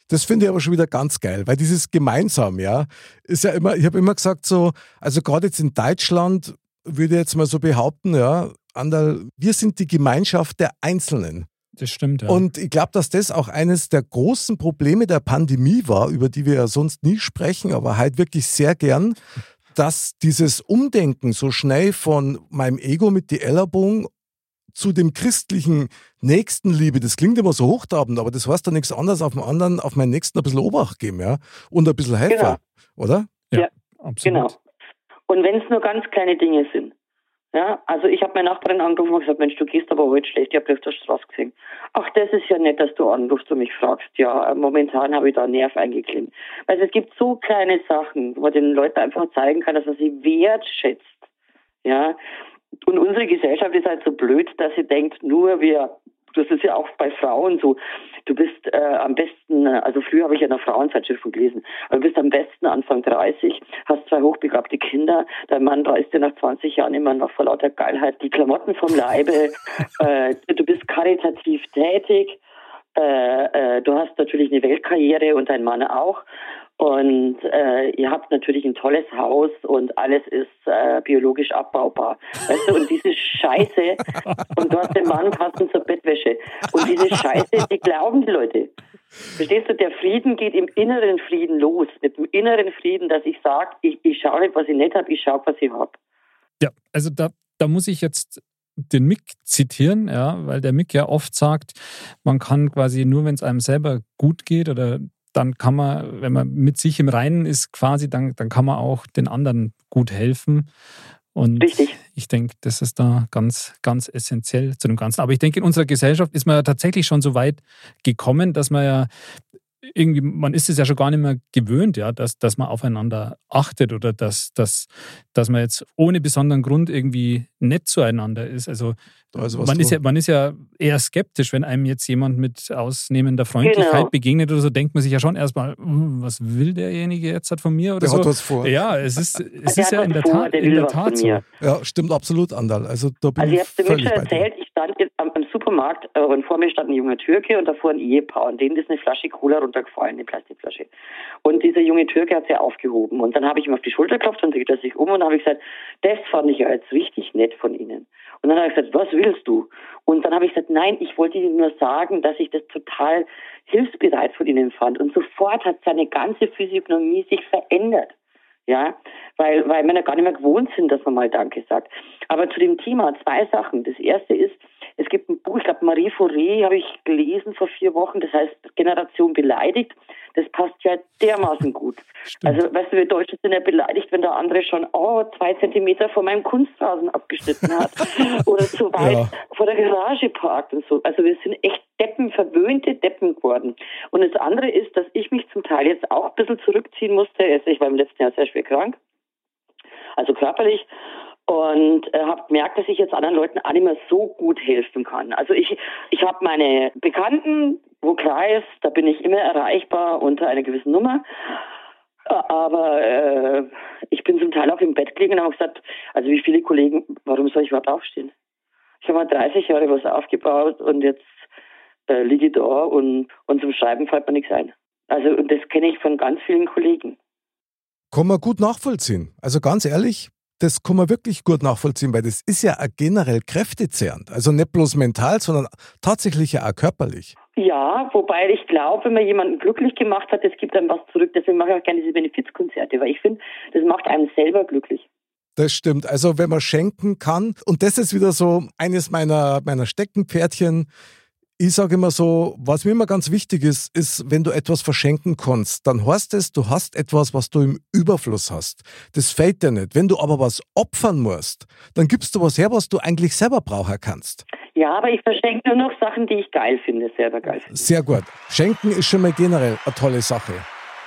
Das finde ich aber schon wieder ganz geil, weil dieses gemeinsam, ja, ist ja immer, ich habe immer gesagt so, also gerade jetzt in Deutschland würde ich jetzt mal so behaupten, ja, Anderl, wir sind die Gemeinschaft der Einzelnen. Das stimmt, ja. Und ich glaube, dass das auch eines der großen Probleme der Pandemie war, über die wir ja sonst nie sprechen, aber halt wirklich sehr gern, dass dieses Umdenken so schnell von meinem Ego mit die Ellerbogen zu dem christlichen Nächstenliebe, das klingt immer so hochtrabend, aber das heißt doch nichts anderes, auf den anderen, auf meinen Nächsten ein bisschen Obacht geben, ja, und ein bisschen helfen, Genau. oder? Ja, Ja, absolut. Genau. Und wenn es nur ganz kleine Dinge sind. Ja, also ich habe meine Nachbarin angerufen und gesagt, Mensch, du gehst aber heute schlecht, ich habe dich auf der Straße gesehen. Ach, das ist ja nett, dass du anrufst und mich fragst. Ja, momentan habe ich da einen Nerv eingeklemmt. Also es gibt so kleine Sachen, wo man den Leuten einfach zeigen kann, dass man sie wertschätzt. Ja, und unsere Gesellschaft ist halt so blöd, dass sie denkt, nur wir, das ist ja auch bei Frauen so, du bist äh, am besten, also früher habe ich ja in einer Frauenzeitschrift gelesen, aber du bist am besten Anfang dreißig, hast zwei hochbegabte Kinder, dein Mann reißt dir nach zwanzig Jahren immer noch vor lauter Geilheit die Klamotten vom Leibe, äh, du bist karitativ tätig, äh, äh, du hast natürlich eine Weltkarriere und dein Mann auch. Und äh, ihr habt natürlich ein tolles Haus und alles ist äh, biologisch abbaubar. Weißt du, und diese Scheiße, und du hast den Mann passend zur Bettwäsche. Und diese Scheiße, die glauben die Leute. Verstehst du, der Frieden geht im inneren Frieden los. Mit dem inneren Frieden, dass ich sage, ich, ich schaue nicht, was ich nicht habe, ich schaue, was ich habe. Ja, also da, da muss ich jetzt den Mick zitieren, ja, weil der Mick ja oft sagt, man kann quasi nur, wenn es einem selber gut geht oder dann kann man, wenn man mit sich im Reinen ist, quasi, dann, dann kann man auch den anderen gut helfen. Und Richtig. Ich denke, das ist da ganz, ganz essentiell zu dem Ganzen. Aber ich denke, in unserer Gesellschaft ist man ja tatsächlich schon so weit gekommen, dass man ja irgendwie, man ist es ja schon gar nicht mehr gewöhnt, ja, dass, dass man aufeinander achtet oder dass, dass, dass man jetzt ohne besonderen Grund irgendwie nett zueinander ist. Also, Also was man, du- ist ja, man ist ja eher skeptisch, wenn einem jetzt jemand mit ausnehmender Freundlichkeit Genau. begegnet oder so, denkt man sich ja schon erstmal, "Uh, was will derjenige jetzt halt von mir oder Der so. hat was vor. Ja, es ist, es Der ist hat ja was in der vor, Tat, der in will der was von Tat so. mir. Ja, stimmt absolut, Anderl. Also da bin Also ich ich habe dir völlig schon bei dir. erzählt, ich stand jetzt am, am Supermarkt äh, und vor mir stand ein junger Türke und davor ein Ehepaar und denen ist eine Flasche Cola runtergefallen, eine Plastikflasche. Und dieser junge Türke hat sie aufgehoben und dann habe ich ihm auf die Schulter geklopft und dreht er sich um und habe ich gesagt, das fand ich ja jetzt richtig nett von Ihnen. Und dann habe ich gesagt, was willst du? Und dann habe ich gesagt, nein, ich wollte Ihnen nur sagen, dass ich das total hilfsbereit von Ihnen fand. Und sofort hat seine ganze Physiognomie sich verändert. Ja, weil, weil Männer gar nicht mehr gewohnt sind, dass man mal Danke sagt. Aber zu dem Thema zwei Sachen. Das erste ist, es gibt ein Buch, ich glaube Marie Fauré habe ich gelesen vor vier Wochen, das heißt Generation beleidigt. Das passt ja dermaßen gut. Stimmt. Also, weißt du, wir Deutsche sind ja beleidigt, wenn der andere schon oh, zwei Zentimeter von meinem Kunstrasen abgeschnitten hat oder zu weit Ja. vor der Garage parkt und so. Also wir sind echt Deppen, verwöhnte Deppen geworden. Und das andere ist, dass ich mich zum Teil jetzt auch ein bisschen zurückziehen musste. Also ich war im letzten Jahr sehr schwer krank, also körperlich. Und äh, habe gemerkt, dass ich jetzt anderen Leuten auch nicht mehr so gut helfen kann. Also ich, ich habe meine Bekannten, wo Kreis, da bin ich immer erreichbar unter einer gewissen Nummer. Äh, Aber äh, ich bin zum Teil auch im Bett gelegen und habe gesagt, also wie viele Kollegen, warum soll ich überhaupt aufstehen? Ich habe mal dreißig Jahre was aufgebaut und jetzt äh, liege ich da und, und zum Schreiben fällt mir nichts ein. Also und das kenne ich von ganz vielen Kollegen. Kann man gut nachvollziehen. Also ganz ehrlich, das kann man wirklich gut nachvollziehen, weil das ist ja auch generell kräftezehrend. Also nicht bloß mental, sondern tatsächlich ja auch körperlich. Ja, wobei ich glaube, wenn man jemanden glücklich gemacht hat, es gibt einem was zurück. Deswegen mache ich auch gerne diese Benefizkonzerte, weil ich finde, das macht einen selber glücklich. Das stimmt. Also wenn man schenken kann, und das ist wieder so eines meiner, meiner Steckenpferdchen. Ich sage immer so, was mir immer ganz wichtig ist, ist, wenn du etwas verschenken kannst, dann heißt es, du hast etwas, was du im Überfluss hast. Das fällt dir nicht. Wenn du aber was opfern musst, dann gibst du was her, was du eigentlich selber brauchen kannst. Ja, aber ich verschenke nur noch Sachen, die ich geil finde, selber geil finde. Sehr gut. Schenken ist schon mal generell eine tolle Sache.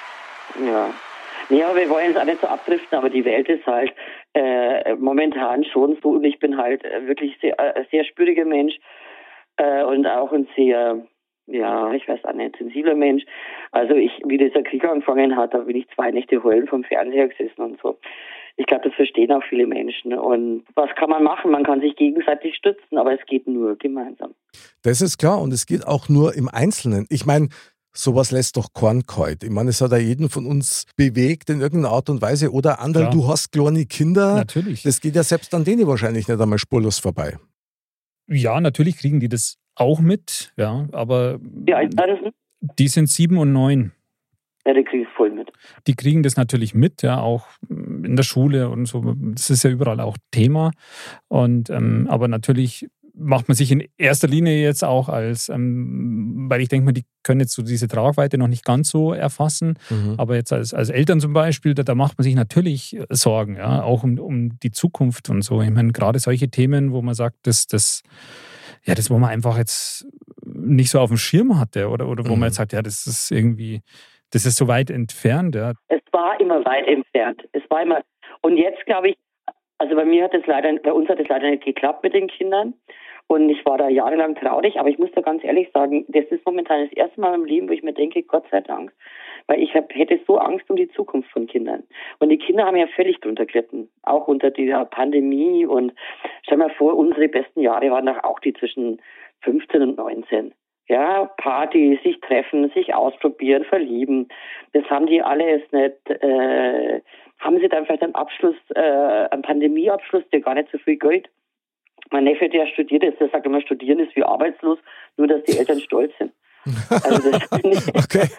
Ja. Nee, aber wir wollen es auch nicht so abdriften, aber die Welt ist halt äh, momentan schon so und ich bin halt äh, wirklich sehr, äh, sehr spüriger Mensch äh, und auch ein sehr, ja, ich weiß auch nicht, sensibler Mensch. Also ich, wie dieser Krieg angefangen hat, da bin ich zwei Nächte heulen vom Fernseher gesessen und so. Ich glaube, das verstehen auch viele Menschen. Und was kann man machen? Man kann sich gegenseitig stützen, aber es geht nur gemeinsam. Das ist klar und es geht auch nur im Einzelnen. Ich meine, sowas lässt doch keinen kalt. Ich meine, es hat ja jeden von uns bewegt in irgendeiner Art und Weise. Oder Anderl, Klar. du hast kleine Kinder. Natürlich. Das geht ja selbst an denen wahrscheinlich nicht einmal spurlos vorbei. Ja, natürlich kriegen die das auch mit, ja, aber Wie alt waren sie? die sind sieben und neun. Ja, die kriege ich voll mit. Die kriegen das natürlich mit, ja, auch in der Schule und so. Das ist ja überall auch Thema. Und ähm, aber natürlich macht man sich in erster Linie jetzt auch als, ähm, weil ich denke mal, die können jetzt so diese Tragweite noch nicht ganz so erfassen. Mhm. Aber jetzt als, als Eltern zum Beispiel, da, da macht man sich natürlich Sorgen, ja, auch um, um die Zukunft und so. Ich meine, gerade solche Themen, wo man sagt, das, das, ja, das, wo man einfach jetzt nicht so auf dem Schirm hatte oder, oder wo Mhm. man jetzt sagt, ja, das ist irgendwie, das ist so weit entfernt, ja. Es war immer weit entfernt. Es war immer. Und jetzt glaube ich, also bei mir hat es leider, bei uns hat es leider nicht geklappt mit den Kindern. Und ich war da jahrelang traurig, aber ich muss da ganz ehrlich sagen, das ist momentan das erste Mal im Leben, wo ich mir denke, Gott sei Dank. Weil ich hab, hätte so Angst um die Zukunft von Kindern. Und die Kinder haben ja völlig drunter gelitten. Auch unter dieser Pandemie. Und stell mal vor, unsere besten Jahre waren doch auch die zwischen fünfzehn und neunzehn. Ja, Party, sich treffen, sich ausprobieren, verlieben. Das haben die alles nicht, äh, haben sie dann vielleicht einen Abschluss, äh, einen Pandemieabschluss, der gar nicht so viel Geld. Mein Neffe, der studiert ist, der sagt immer, studieren ist wie arbeitslos, nur dass die Eltern stolz sind. Also das Okay.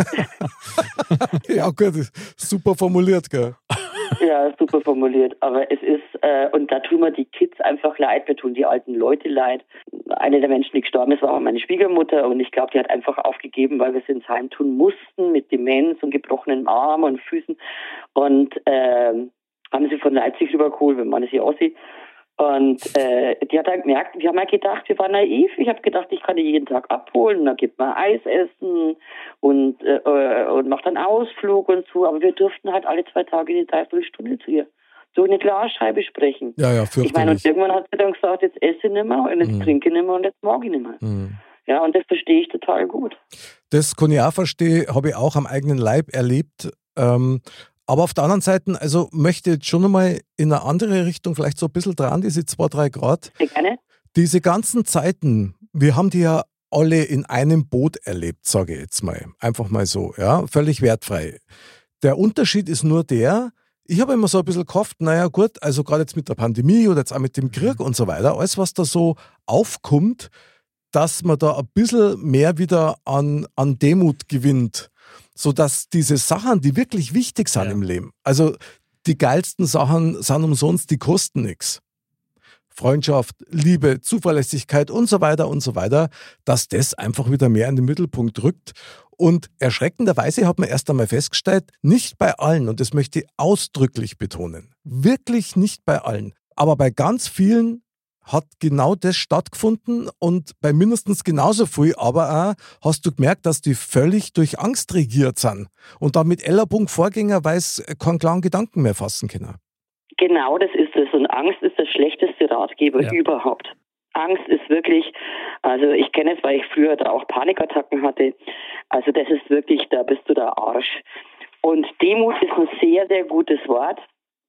Ja, gut, super formuliert, gell? Ja, super formuliert. Aber es ist, äh, und da tun wir die Kids einfach leid, wir tun die alten Leute leid. Eine der Menschen, die gestorben ist, war auch meine Schwiegermutter und ich glaube, die hat einfach aufgegeben, weil wir es ins Heim tun mussten mit Demenz und gebrochenen Armen und Füßen. Und äh, haben sie von Leipzig rübergeholt, wenn man es hier aussieht. Und äh, die hat halt gemerkt, wir haben halt gedacht, wir waren naiv. Ich habe gedacht, ich kann die jeden Tag abholen und dann gibt man Eis essen und, äh, und macht einen Ausflug und so. Aber wir durften halt alle zwei Tage eine Dreiviertelstunde zu ihr durch eine Glasscheibe sprechen. Ja, ja, Ich meine, und fürchterlich. irgendwann hat sie dann gesagt, jetzt esse ich nicht mehr und jetzt Mhm. trinke ich nicht mehr und jetzt mag ich nicht mehr. Mhm. Ja, und das verstehe ich total gut. Das kann ich auch verstehen, habe ich auch am eigenen Leib erlebt. Ähm, aber auf der anderen Seite, also möchte ich jetzt schon einmal in eine andere Richtung, vielleicht so ein bisschen dran, diese zwei, drei Grad. Sehr gerne. Diese ganzen Zeiten, wir haben die ja alle in einem Boot erlebt, sage ich jetzt mal. Einfach mal so, ja, völlig wertfrei. Der Unterschied ist nur der, ich habe immer so ein bisschen gehofft, naja gut, also gerade jetzt mit der Pandemie oder jetzt auch mit dem Krieg und so weiter, alles was da so aufkommt, dass man da ein bisschen mehr wieder an, an Demut gewinnt, sodass diese Sachen, die wirklich wichtig sind Ja. im Leben, also die geilsten Sachen sind umsonst, die kosten nichts. Freundschaft, Liebe, Zuverlässigkeit und so weiter und so weiter, dass das einfach wieder mehr in den Mittelpunkt rückt. Und erschreckenderweise hat man erst einmal festgestellt, nicht bei allen, und das möchte ich ausdrücklich betonen, wirklich nicht bei allen, aber bei ganz vielen hat genau das stattgefunden und bei mindestens genauso viel, aber auch hast du gemerkt, dass die völlig durch Angst regiert sind und damit Ellerpunkt Vorgänger, weil es keinen klaren Gedanken mehr fassen können. Genau, das ist es. Und Angst ist der schlechteste Ratgeber Ja. überhaupt. Angst ist wirklich, also ich kenne es, weil ich früher da auch Panikattacken hatte. Also das ist wirklich, da bist du der Arsch. Und Demut ist ein sehr, sehr gutes Wort,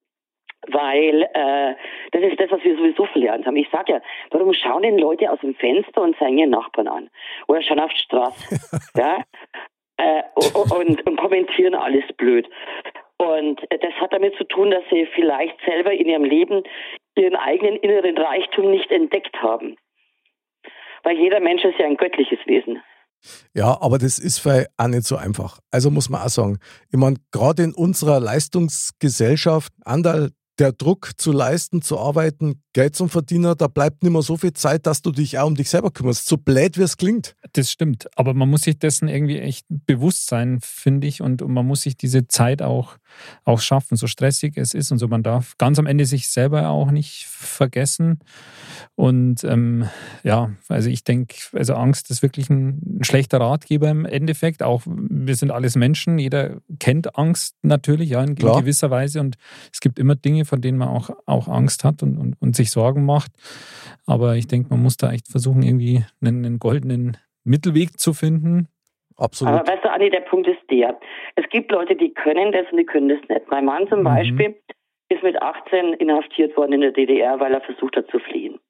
weil äh, das ist das, was wir sowieso verlernt haben. Ich sage ja, warum schauen denn Leute aus dem Fenster und zeigen ihren Nachbarn an? Oder schauen auf die Straße, ja? Äh, und, und kommentieren alles blöd. Und das hat damit zu tun, dass sie vielleicht selber in ihrem Leben ihren eigenen inneren Reichtum nicht entdeckt haben. Weil jeder Mensch ist ja ein göttliches Wesen. Ja, aber das ist vielleicht auch nicht so einfach. Also muss man auch sagen, ich meine, gerade in unserer Leistungsgesellschaft, Anderl, der Druck zu leisten, zu arbeiten, Geld zum Verdienen, da bleibt nicht mehr so viel Zeit, dass du dich auch um dich selber kümmerst. So blöd, wie es klingt. Das stimmt, aber man muss sich dessen irgendwie echt bewusst sein, finde ich, und, und man muss sich diese Zeit auch, auch schaffen, so stressig es ist und so. Man darf ganz am Ende sich selber auch nicht vergessen und ähm, ja, also ich denke, also Angst ist wirklich ein schlechter Ratgeber im Endeffekt, auch wir sind alles Menschen, jeder kennt Angst natürlich, ja, in, in Klar. gewisser Weise und es gibt immer Dinge, von denen man auch, auch Angst hat und, und, und sich Sorgen macht, aber ich denke, man muss da echt versuchen, irgendwie einen, einen goldenen Mittelweg zu finden. Absolut. Aber weißt du, Anni, der Punkt ist der. Es gibt Leute, die können das und die können das nicht. Mein Mann zum Mhm. Beispiel ist mit achtzehn inhaftiert worden in der D D R, weil er versucht hat zu fliehen.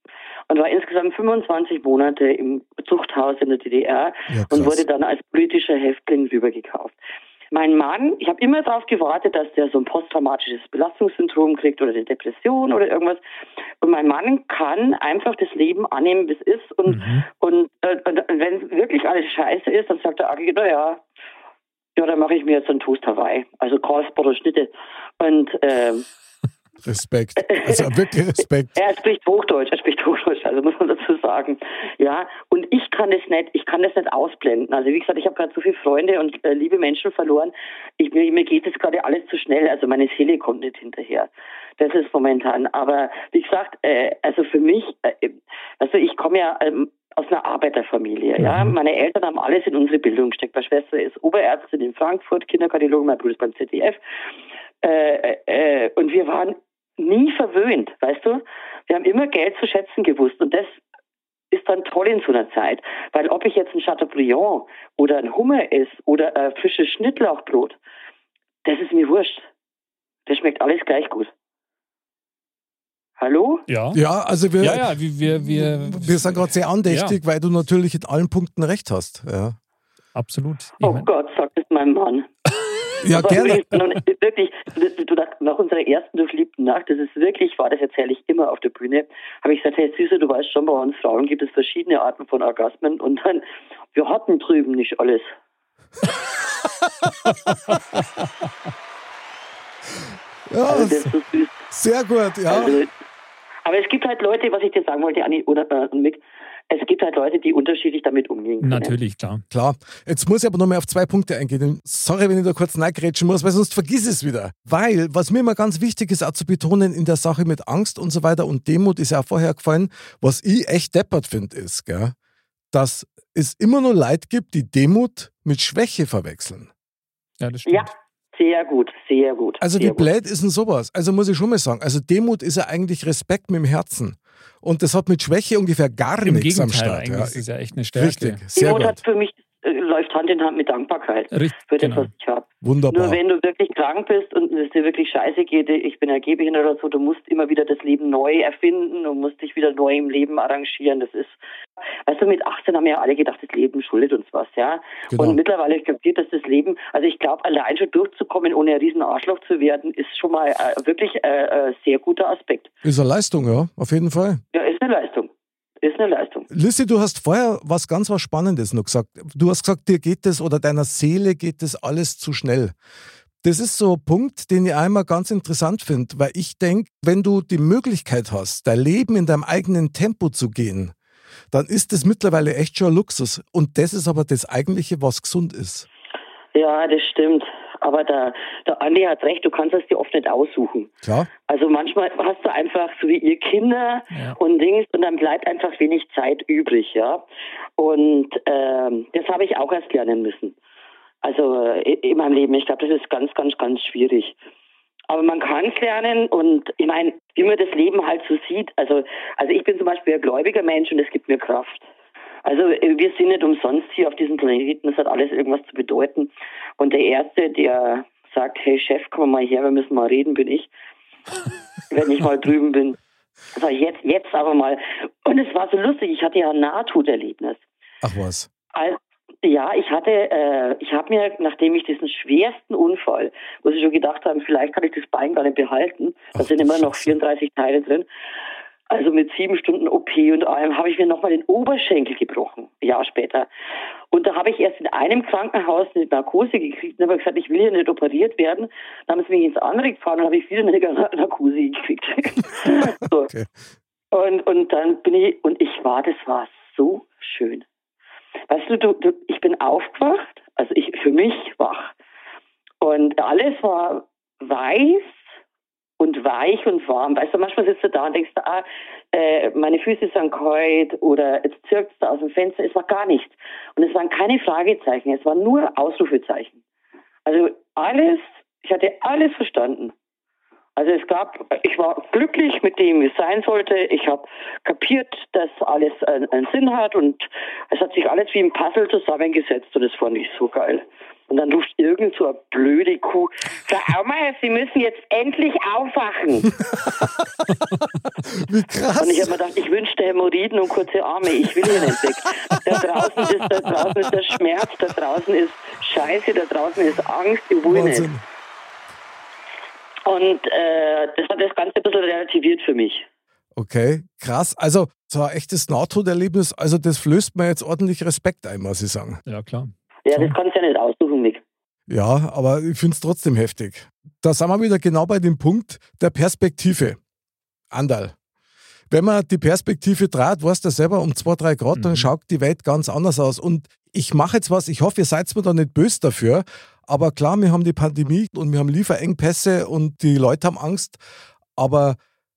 und war insgesamt fünfundzwanzig Monate im Zuchthaus in der D D R Ja, und krass. wurde dann als politischer Häftling rübergekauft. Mein Mann, ich habe immer darauf gewartet, dass der so ein posttraumatisches Belastungssyndrom kriegt oder eine Depression oder irgendwas. Und mein Mann kann einfach das Leben annehmen, wie es ist. Und, Mhm. und, äh, und wenn wirklich alles scheiße ist, dann sagt er, naja, ja, dann mache ich mir jetzt einen Toast Hawaii. Also Karlsbader Schnitte. Und ähm, Respekt. Also wirklich Respekt. er spricht Hochdeutsch, er spricht Hochdeutsch, also muss man dazu sagen. Ja, und ich kann das nicht, ich kann das nicht ausblenden. Also wie gesagt, ich habe gerade so viele Freunde und äh, liebe Menschen verloren. Ich, mir, mir geht das gerade alles zu schnell, also meine Seele kommt nicht hinterher. Das ist momentan. Aber wie gesagt, äh, also für mich, äh, also ich komme ja ähm, aus einer Arbeiterfamilie. Ja, Mhm. meine Eltern haben alles in unsere Bildung gesteckt. Meine Schwester ist Oberärztin in Frankfurt, Kinderkardiologin, mein Bruder ist beim Z D F. Äh, äh, und wir waren nie verwöhnt, weißt du? Wir haben immer Geld zu schätzen gewusst und das ist dann toll in so einer Zeit, weil ob ich jetzt ein Chateaubriand oder ein Hummer esse oder ein frisches Schnittlauchbrot, das ist mir wurscht. Das schmeckt alles gleich gut. Hallo? Ja. Ja, also wir, Ja, ja, wir, wir, wir, wir sind gerade sehr andächtig, weil du natürlich in allen Punkten recht hast. Ja, absolut. Ich Oh mein, Gott, sagt es meinem Mann. ja Aber gerne. Wirklich, wirklich, du, nach, nach unserer ersten durchliebten Nacht, das ist wirklich, war das erzähle ich immer auf der Bühne, habe ich gesagt, hey Süße, du weißt schon, bei uns Frauen gibt es verschiedene Arten von Orgasmen und dann, wir hatten drüben nicht alles. Ja, Also das ist so süß. sehr gut, ja. Also, aber es gibt halt Leute, was ich dir sagen wollte, Anni oder äh, Mick, es gibt halt Leute, die unterschiedlich damit umgehen können. natürlich, klar. Klar. Jetzt muss ich aber noch mal auf zwei Punkte eingehen. Sorry, wenn ich da kurz reingrätschen muss, weil sonst vergiss es wieder. Weil, was mir immer ganz wichtig ist, auch zu betonen in der Sache mit Angst und so weiter und Demut, ist ja auch vorher gefallen, was ich echt deppert finde, ist, gell, dass es immer nur Leute gibt, die Demut mit Schwäche verwechseln. Ja, das stimmt. Ja, sehr gut, sehr gut. Also sehr wie gut. blöd ist denn sowas? Also muss ich schon mal sagen, also Demut ist ja eigentlich Respekt mit dem Herzen. Und das hat mit Schwäche ungefähr gar Im nichts am Gegenteil, Start. eigentlich Ja. ist es ja echt eine Stärke. Richtig, sehr Demut hat gut. für mich, äh, läuft Hand in Hand mit Dankbarkeit Richtig, für das, genau. was ich habe. Wunderbar. Nur wenn du wirklich krank bist und es dir wirklich scheiße geht, ich bin ergebehindert oder so, du musst immer wieder das Leben neu erfinden und musst dich wieder neu im Leben arrangieren. Das ist, weißt du, mit achtzehn haben ja alle gedacht, das Leben schuldet uns was, ja. Genau. Und mittlerweile habe ich kapiert, dass das Leben, also ich glaube, allein schon durchzukommen, ohne ein riesen Arschloch zu werden, ist schon mal äh, wirklich ein äh, sehr guter Aspekt. Ist eine Leistung, ja, auf jeden Fall. Ja, ist eine Leistung. Ist eine Leistung. Lissi, du hast vorher was ganz was Spannendes noch gesagt. Du hast gesagt, dir geht das oder deiner Seele geht das alles zu schnell. Das ist so ein Punkt, den ich einmal ganz interessant finde, weil ich denke, wenn du die Möglichkeit hast, dein Leben in deinem eigenen Tempo zu gehen, dann ist das mittlerweile echt schon ein Luxus. Und das ist aber das Eigentliche, was gesund ist. Ja, das stimmt. Aber der, der Andi hat recht, du kannst es dir oft nicht aussuchen. Klar. Also manchmal hast du einfach so wie ihr Kinder Ja. und Dings und dann bleibt einfach wenig Zeit übrig, ja. Und ähm, das habe ich auch erst lernen müssen. Also äh, in meinem Leben. Ich glaube, das ist ganz, ganz, ganz schwierig. Aber man kann es lernen und ich meine, wie man das Leben halt so sieht. Also, also ich bin zum Beispiel ein gläubiger Mensch und es gibt mir Kraft. Also wir sind nicht umsonst hier auf diesem Planeten, das hat alles irgendwas zu bedeuten. Und der Erste, der sagt, hey Chef, komm mal her, wir müssen mal reden, bin ich. Wenn ich mal drüben bin. Also jetzt, jetzt aber mal. Und es war so lustig, ich hatte ja ein Nahtoderlebnis. Ach was. Also, ja, ich hatte, äh, ich habe mir, nachdem ich diesen schwersten Unfall, wo sie schon gedacht haben, vielleicht kann ich das Bein gar nicht behalten, da Ach, sind immer noch Scheiße. vierunddreißig Teile drin, also mit sieben Stunden O P und allem, habe ich mir nochmal den Oberschenkel gebrochen, ein Jahr später. Und da habe ich erst in einem Krankenhaus eine Narkose gekriegt und habe gesagt, ich will hier nicht operiert werden. Dann haben sie mich ins andere gefahren und habe ich wieder eine Narkose gekriegt. So. Okay. Und, und dann bin ich, und ich war, das war so schön. Weißt du, du, du, ich bin aufgewacht, also ich für mich wach. Und alles war weiß und weich und warm. Weißt du, manchmal sitzt du da und denkst, ah, äh, meine Füße sind kalt oder jetzt zirkt es da aus dem Fenster. Es war gar nichts. Und es waren keine Fragezeichen, es waren nur Ausrufezeichen. Also alles, ich hatte alles verstanden. Also es gab, ich war glücklich mit dem, wie es sein sollte. Ich habe kapiert, dass alles einen, einen Sinn hat und es hat sich alles wie ein Puzzle zusammengesetzt und das fand ich so geil. Und dann ruft irgend so eine blöde Kuh, Frau Aumeier, Sie müssen jetzt endlich aufwachen. Wie krass. Und ich habe mir gedacht, ich wünschte Hämorrhoiden und kurze Arme, ich will hier nicht weg. Da draußen ist, da draußen ist der Schmerz, da draußen ist Scheiße, da draußen ist Angst, ich will Wahnsinn. nicht. Und äh, das hat das Ganze ein bisschen relativiert für mich. Okay, krass. Also so ein echtes Nahtoderlebnis, also das flößt mir jetzt ordentlich Respekt ein, muss ich sagen. Ja, klar. Ja, So. das kannst du ja nicht aussuchen, Mick. Ja, aber ich finde es trotzdem heftig. Da sind wir wieder genau bei dem Punkt der Perspektive. Andal. Wenn man die Perspektive dreht, weißt du selber, um zwei, drei Grad, mhm. dann schaut die Welt ganz anders aus. Und ich mache jetzt was, ich hoffe, ihr seid mir da nicht böse dafür, aber klar, wir haben die Pandemie und wir haben Lieferengpässe und die Leute haben Angst, aber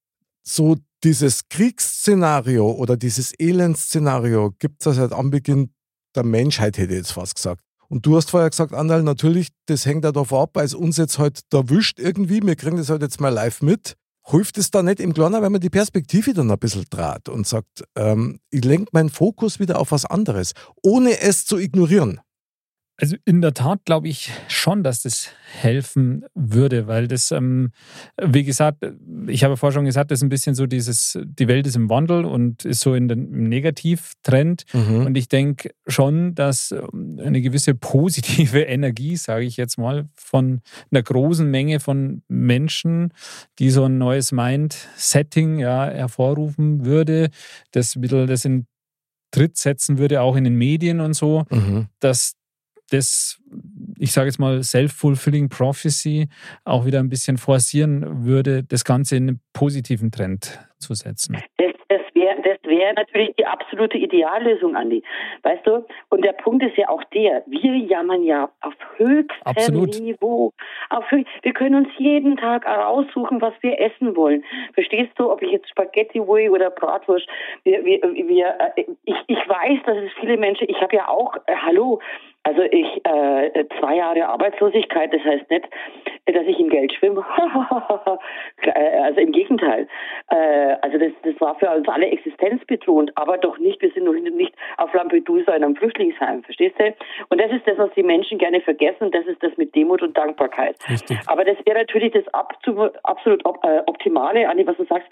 so dieses Kriegsszenario oder dieses Elendsszenario gibt es seit Anbeginn der Menschheit, hätte ich jetzt fast gesagt. Und du hast vorher gesagt, Andal, natürlich, das hängt ja davon ab, weil es uns jetzt halt erwischt irgendwie, wir kriegen das halt jetzt mal live mit. Hilft es da nicht im Kleinen, wenn man die Perspektive dann ein bisschen dreht und sagt, ähm, ich lenke meinen Fokus wieder auf was anderes, ohne es zu ignorieren? Also in der Tat glaube ich schon, dass das helfen würde, weil das, ähm, wie gesagt, ich habe vorher schon gesagt, das ist ein bisschen so dieses, die Welt ist im Wandel und ist so in den, im Negativtrend. Mhm. Und ich denke schon, dass eine gewisse positive Energie, sage ich jetzt mal, von einer großen Menge von Menschen, die so ein neues Mind-Setting ja, hervorrufen würde, das ein bisschen das in Tritt setzen würde, auch in den Medien und so, mhm. dass das, ich sage jetzt mal, self-fulfilling prophecy auch wieder ein bisschen forcieren würde, das Ganze in einen positiven Trend zu setzen. Das, das wäre das wär natürlich die absolute Ideallösung, Andi. Weißt du? Und der Punkt ist ja auch der, wir jammern ja auf höchstem Absolut. Niveau. Auf höch- wir können uns jeden Tag aussuchen, was wir essen wollen. Verstehst du, ob ich jetzt Spaghetti will oder Bratwurst? Wir, wir, wir, ich, ich weiß, dass es viele Menschen, ich habe ja auch, äh, hallo, also ich, äh, zwei Jahre Arbeitslosigkeit, das heißt nicht, dass ich im Geld schwimme. Also im Gegenteil. Äh, also das, das war für uns alle existenzbedrohend, aber doch nicht, wir sind noch nicht auf Lampedusa in einem Flüchtlingsheim, verstehst du? Und das ist das, was die Menschen gerne vergessen, das ist das mit Demut und Dankbarkeit. Richtig. Aber das wäre natürlich das absolut Optimale, Anni, was du sagst,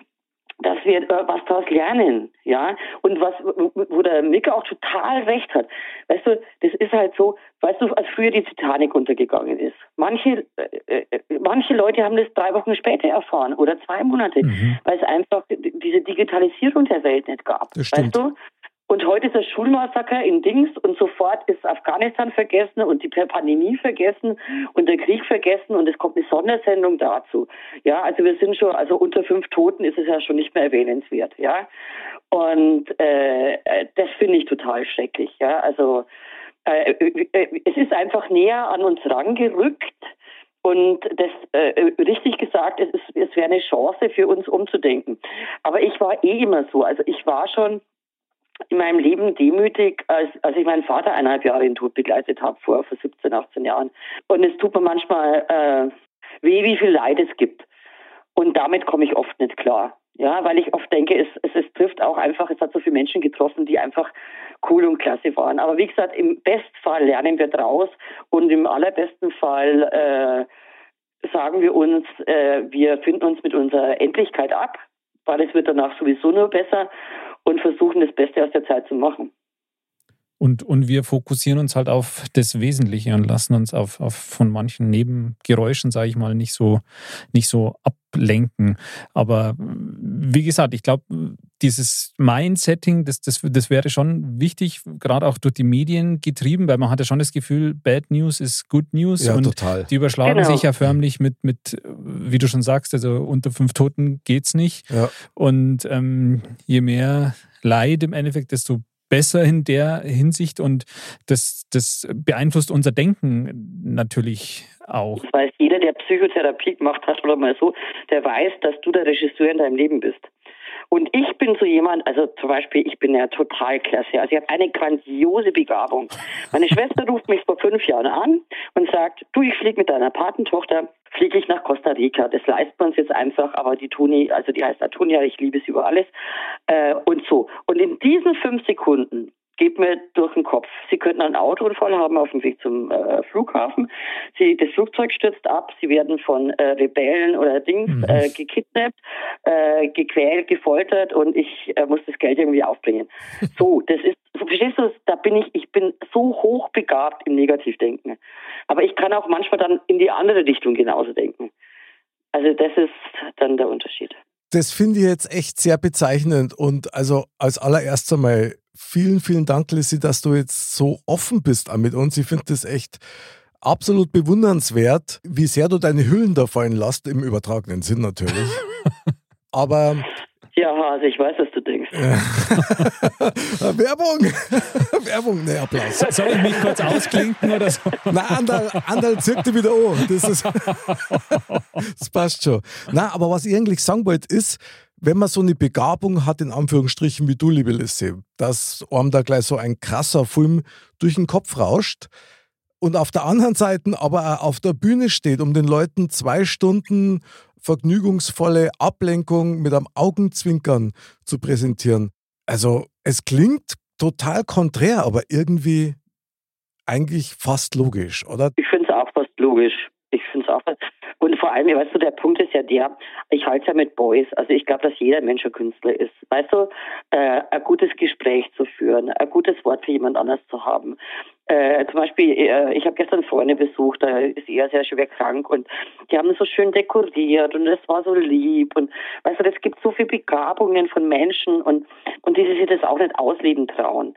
dass wir äh, was daraus lernen, ja, und was, wo der Mick auch total recht hat. Weißt du, das ist halt so, weißt du, als früher die Titanic untergegangen ist. Manche, äh, manche Leute haben das drei Wochen später erfahren oder zwei Monate, mhm. weil es einfach diese Digitalisierung der Welt nicht gab. Das stimmt. Weißt du? Und heute ist das Schulmassaker in Dings und sofort ist Afghanistan vergessen und die Pandemie vergessen und der Krieg vergessen und es kommt eine Sondersendung dazu. Ja, also wir sind schon, also unter fünf Toten ist es ja schon nicht mehr erwähnenswert, ja. Und äh, das finde ich total schrecklich, ja. Also äh, äh, es ist einfach näher an uns rangerückt. Und das, äh, richtig gesagt, es, ist, es wäre eine Chance für uns umzudenken. Aber ich war eh immer so, also ich war schon in meinem Leben demütig, als, als ich meinen Vater eineinhalb Jahre in Tod begleitet habe, vor, vor siebzehn, achtzehn Jahren. Und es tut mir manchmal äh, weh, wie viel Leid es gibt. Und damit komme ich oft nicht klar. Ja, weil ich oft denke, es, es, es trifft auch einfach, es hat so viele Menschen getroffen, die einfach cool und klasse waren. Aber wie gesagt, im Bestfall lernen wir draus und im allerbesten Fall äh, sagen wir uns, äh, wir finden uns mit unserer Endlichkeit ab, weil es wird danach sowieso nur besser. Und versuchen, das Beste aus der Zeit zu machen. Und, und wir fokussieren uns halt auf das Wesentliche und lassen uns auf, auf von manchen Nebengeräuschen, sage ich mal, nicht so, nicht so ablenken. Aber wie gesagt, ich glaube, dieses Mindsetting, das, das, das wäre schon wichtig, gerade auch durch die Medien getrieben, weil man hat ja schon das Gefühl, Bad News ist Good News. Ja, und total. Die überschlagen genau. sich ja förmlich mit, mit, wie du schon sagst, also unter fünf Toten geht's nicht. Ja. Und ähm, je mehr Leid im Endeffekt, desto besser in der Hinsicht und das, das beeinflusst unser Denken natürlich auch. Das weiß jeder, der Psychotherapie gemacht hat oder mal so, der weiß, dass du der Regisseur in deinem Leben bist. Und ich bin so jemand, also zum Beispiel, ich bin ja total klasse. Also ich habe eine grandiose Begabung. Meine Schwester ruft mich vor fünf Jahren an und sagt, du, ich fliege mit deiner Patentochter, fliege ich nach Costa Rica. Das leisten wir uns jetzt einfach, aber die Toni, also die heißt Antonia, ich liebe sie über alles. Äh, und so. Und in diesen fünf Sekunden geht mir durch den Kopf. Sie könnten einen Autounfall haben auf dem Weg zum äh, Flughafen. Sie, das Flugzeug stürzt ab. Sie werden von äh, Rebellen oder Dings mhm. äh, gekidnappt, äh, gequält, gefoltert und ich äh, muss das Geld irgendwie aufbringen. So, das ist, verstehst du, da bin ich, ich bin so hochbegabt im Negativdenken. Aber ich kann auch manchmal dann in die andere Richtung genauso denken. Also das ist dann der Unterschied. Das finde ich jetzt echt sehr bezeichnend und also als allererstes einmal vielen, vielen Dank, Lissi, dass du jetzt so offen bist auch mit uns. Ich finde das echt absolut bewundernswert, wie sehr du deine Hüllen da fallen lässt, im übertragenen Sinn natürlich. Aber ja, also ich weiß, was du denkst. Werbung! Werbung, ne, Applaus. Soll ich mich kurz ausklinken oder so? Nein, Andal, Andal zirkt dich wieder an. Das, ist, das passt schon. Nein, aber was ich eigentlich sagen wollte, ist, wenn man so eine Begabung hat, in Anführungsstrichen, wie du, liebe Lissi, dass einem da gleich so ein krasser Film durch den Kopf rauscht und auf der anderen Seite aber auch auf der Bühne steht, um den Leuten zwei Stunden vergnügungsvolle Ablenkung mit einem Augenzwinkern zu präsentieren. Also es klingt total konträr, aber irgendwie eigentlich fast logisch, oder? Ich finde es auch fast logisch. Ich finde es auch fast. Und vor allem, weißt du, der Punkt ist ja der, ich halte es ja mit Boys. Also ich glaube, dass jeder Mensch ein Künstler ist. Weißt du, äh, ein gutes Gespräch zu führen, ein gutes Wort für jemand anders zu haben. Äh, zum Beispiel, äh, ich habe gestern Freunde besucht, da ist er sehr schwer krank und die haben so schön dekoriert und es war so lieb und weißt du, es gibt so viele Begabungen von Menschen und, und die sich das auch nicht ausleben trauen.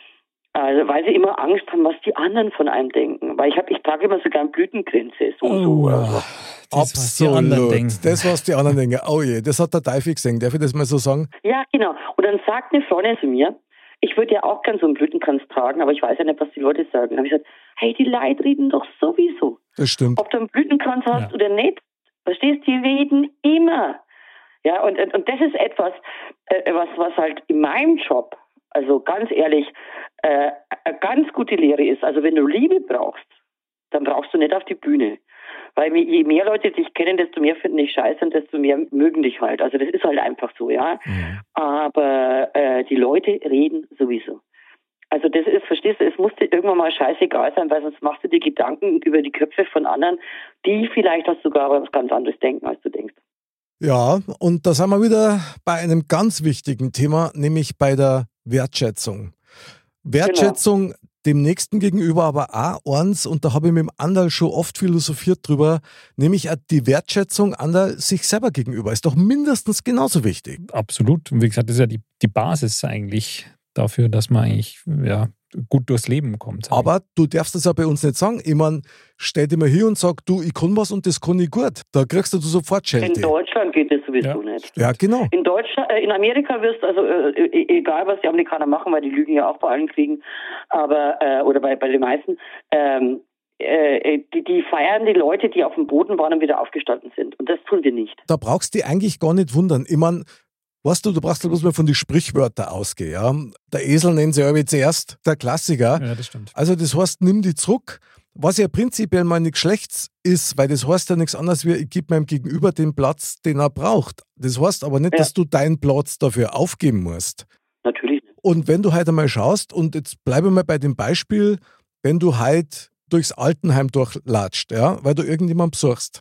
Also, weil sie immer Angst haben, was die anderen von einem denken. Weil ich habe, ich trage immer sogar eine Blütengrenze. So, oh, so, also. Das, was die anderen denken. Das, was die anderen denken. Oh je, das hat der Teufel gesehen. Darf ich das mal so sagen? Ja, genau. Und dann sagt eine Freundin zu mir, ich würde ja auch gern so einen Blütenkranz tragen, aber ich weiß ja nicht, was die Leute sagen. Dann habe ich gesagt, hey, die Leute reden doch sowieso. Das stimmt. Ob du einen Blütenkranz hast ja. oder nicht, verstehst du, die reden immer. Ja, und, und das ist etwas, äh, was, was halt in meinem Job, also ganz ehrlich, äh, eine ganz gute Lehre ist. Also wenn du Liebe brauchst, dann brauchst du nicht auf die Bühne. Weil je mehr Leute dich kennen, desto mehr finden dich scheiße und desto mehr mögen dich halt. Also das ist halt einfach so, ja. Mhm. Aber äh, die Leute reden sowieso. Also das ist, verstehst du, es muss dir irgendwann mal scheißegal sein, weil sonst machst du dir Gedanken über die Köpfe von anderen, die vielleicht auch sogar was ganz anderes denken, als du denkst. Ja, und da sind wir wieder bei einem ganz wichtigen Thema, nämlich bei der Wertschätzung. Wertschätzung genau. Dem Nächsten gegenüber, aber auch eins, und da habe ich mit dem Andal schon oft philosophiert drüber, nämlich auch die Wertschätzung Andal sich selber gegenüber ist doch mindestens genauso wichtig. Absolut. Und wie gesagt, das ist ja die, die Basis eigentlich dafür, dass man eigentlich ja, gut durchs Leben kommt. Aber du darfst das ja bei uns nicht sagen. Ich meine, stell dir mal hier und sag, du, ich kann was und das kann ich gut. Da kriegst du sofort Schelte. In Deutschland geht das sowieso ja. nicht. Ja, genau. In Deutschland, äh, in Amerika wirst also äh, egal was die Amerikaner machen, weil die lügen ja auch bei allen Kriegen, aber äh, oder bei bei den meisten. Ähm, äh, die, die feiern die Leute, die auf dem Boden waren und wieder aufgestanden sind. Und das tun wir nicht. Da brauchst du dich eigentlich gar nicht wundern. Ich meine, weißt du, du brauchst bloß mal von den Sprichwörtern ausgehen. Ja? Der Esel nennt sich aber zuerst, der Klassiker. Ja, das stimmt. Also das heißt, nimm die zurück, was ja prinzipiell mal nichts Schlechtes ist, weil das heißt ja nichts anderes wie, ich gebe meinem Gegenüber den Platz, den er braucht. Das heißt aber nicht, ja. dass du deinen Platz dafür aufgeben musst. Natürlich nicht. Und wenn du heute einmal schaust, und jetzt bleibe mal bei dem Beispiel, wenn du heute durchs Altenheim durchlatscht, ja, weil du irgendjemanden besuchst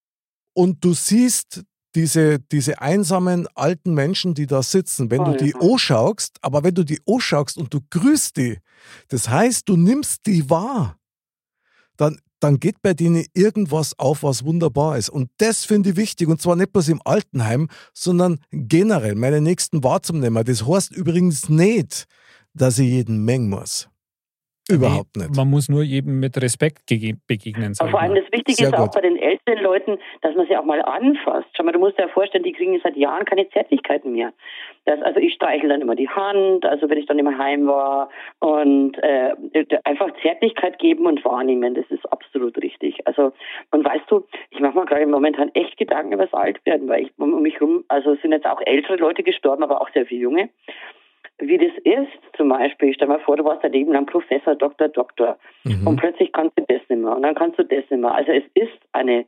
und du siehst Diese, diese einsamen alten Menschen, die da sitzen, wenn oh, du die ja. anschaust, aber wenn du die anschaust und du grüßt die, das heißt, du nimmst die wahr, dann, dann geht bei denen irgendwas auf, was wunderbar ist. Und das finde ich wichtig, und zwar nicht bloß im Altenheim, sondern generell meine Nächsten wahrzunehmen. Das heißt übrigens nicht, dass ich jeden mengen muss. Überhaupt nee, nicht. Man muss nur jedem mit Respekt begegnen. Aber vor allem das Wichtige Sehr ist auch gut. bei den älteren Leuten, dass man sie auch mal anfasst. Schau mal, du musst dir ja vorstellen, die kriegen seit Jahren keine Zärtlichkeiten mehr. Das, also ich streichel dann immer die Hand, also wenn ich dann immer heim war, und äh, einfach Zärtlichkeit geben und wahrnehmen, das ist absolut richtig. Also, und weißt du, ich mache mir gerade momentan echt Gedanken über das Altwerden, weil ich um mich rum, also es sind jetzt auch ältere Leute gestorben, aber auch sehr viele junge. Wie das ist, zum Beispiel, stell mal vor, du warst dein Leben lang Professor, Doktor, Doktor, mhm. und plötzlich kannst du das nicht mehr und dann kannst du das nicht mehr. Also es ist eine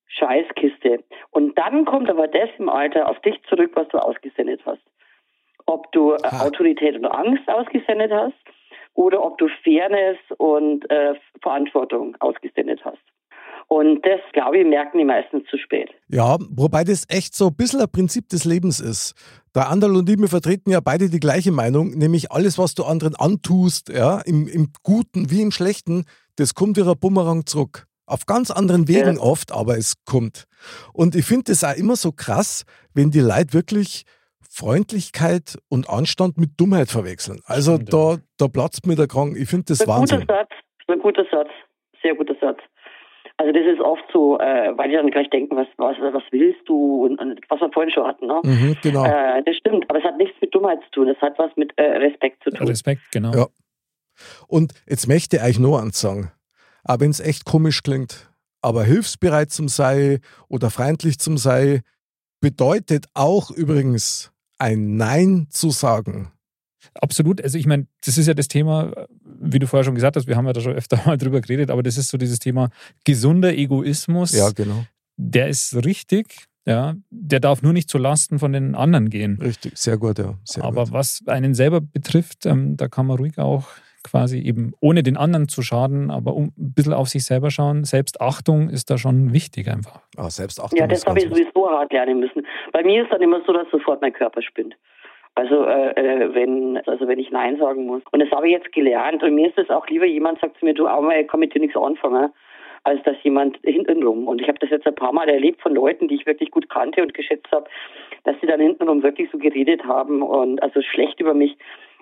Scheißkiste. Und dann kommt aber das im Alter auf dich zurück, was du ausgesendet hast. ob du äh, Autorität und Angst ausgesendet hast oder ob du Fairness und äh, Verantwortung ausgesendet hast. Und das, glaube ich, merken die meistens zu spät. Ja, wobei das echt so ein bisschen ein Prinzip des Lebens ist. Der Anderl und ich, wir vertreten ja beide die gleiche Meinung, nämlich alles, was du anderen antust, ja, im, im Guten wie im Schlechten, das kommt wie ein Bumerang zurück. Auf ganz anderen Wegen ja. oft, aber es kommt. Und ich finde das auch immer so krass, wenn die Leute wirklich Freundlichkeit und Anstand mit Dummheit verwechseln. Also Stimmt, da, da platzt mir der Kragen. Ich finde das, das Wahnsinn. Guter Satz, ein guter Satz, sehr guter Satz. Also das ist oft so, äh, weil die dann gleich denken, was, was, was willst du und, und was wir vorhin schon hatten. Ne? Mhm, genau. Äh, das stimmt, aber es hat nichts mit Dummheit zu tun, es hat was mit äh, Respekt zu tun. Respekt, genau. Ja. Und jetzt möchte ich euch noch eins sagen, auch wenn es echt komisch klingt, aber hilfsbereit zum Sei oder freundlich zum Sei bedeutet auch übrigens ein Nein zu sagen. Absolut. Also ich meine, das ist ja das Thema, wie du vorher schon gesagt hast, wir haben ja da schon öfter mal drüber geredet, aber das ist so dieses Thema gesunder Egoismus. Ja, genau. Der ist richtig, ja. Der darf nur nicht zu Lasten von den anderen gehen. Richtig, sehr gut, ja. Sehr aber gut. was einen selber betrifft, ähm, da kann man ruhig auch quasi eben, ohne den anderen zu schaden, aber um ein bisschen auf sich selber schauen. Selbstachtung ist da schon wichtig einfach. Ah, Selbstachtung. Ja, das habe ich sowieso hart lernen müssen. Bei mir ist dann immer so, dass sofort mein Körper spinnt. Also äh, wenn also wenn ich Nein sagen muss. Und das habe ich jetzt gelernt. Und mir ist es auch lieber, jemand sagt zu mir, du Arme, ich kann mit dir nichts anfangen, als dass jemand hintenrum. Und ich habe das jetzt ein paar Mal erlebt von Leuten, die ich wirklich gut kannte und geschätzt habe, dass sie dann hintenrum wirklich so geredet haben und also schlecht über mich,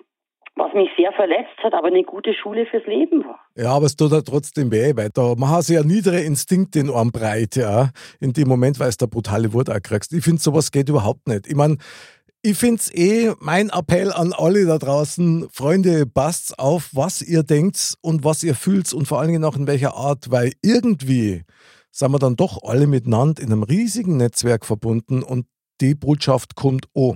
was mich sehr verletzt hat, aber eine gute Schule fürs Leben war. Ja, aber es tut ja trotzdem weh, weil da machen sie ja niedere Instinkte in einem breit, ja, in dem Moment, weil es da brutale Wort auch kriegst. Ich finde, sowas geht überhaupt nicht. Ich meine, ich finde es eh, mein Appell an alle da draußen, Freunde, passt auf, was ihr denkt und was ihr fühlt und vor allen Dingen auch in welcher Art, weil irgendwie sind wir dann doch alle miteinander in einem riesigen Netzwerk verbunden und die Botschaft kommt auch.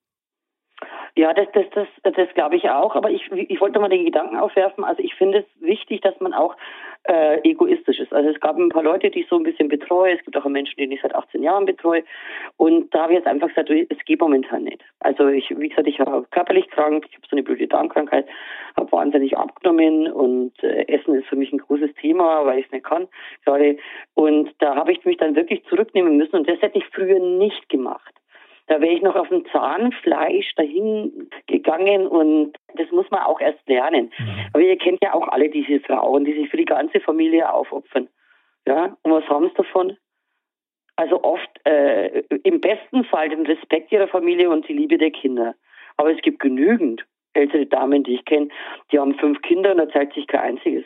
Ja, das, das, das, das glaube ich auch. Aber ich, ich wollte mal den Gedanken aufwerfen. Also ich finde es wichtig, dass man auch äh, egoistisch ist. Also es gab ein paar Leute, die ich so ein bisschen betreue. Es gibt auch Menschen, die ich seit achtzehn Jahren betreue. Und da habe ich jetzt einfach gesagt, es geht momentan nicht. Also ich, wie gesagt, ich war körperlich krank. Ich habe so eine blöde Darmkrankheit, habe wahnsinnig abgenommen und äh, Essen ist für mich ein großes Thema, weil ich es nicht kann gerade. Und da habe ich mich dann wirklich zurücknehmen müssen. Und das hätte ich früher nicht gemacht. Da wäre ich noch auf dem Zahnfleisch dahin gegangen und das muss man auch erst lernen. Mhm. Aber ihr kennt ja auch alle diese Frauen, die sich für die ganze Familie aufopfern. Ja, und was haben sie davon? Also oft äh, im besten Fall den Respekt ihrer Familie und die Liebe der Kinder. Aber es gibt genügend ältere Damen, die ich kenne, die haben fünf Kinder und da zeigt sich kein einziges.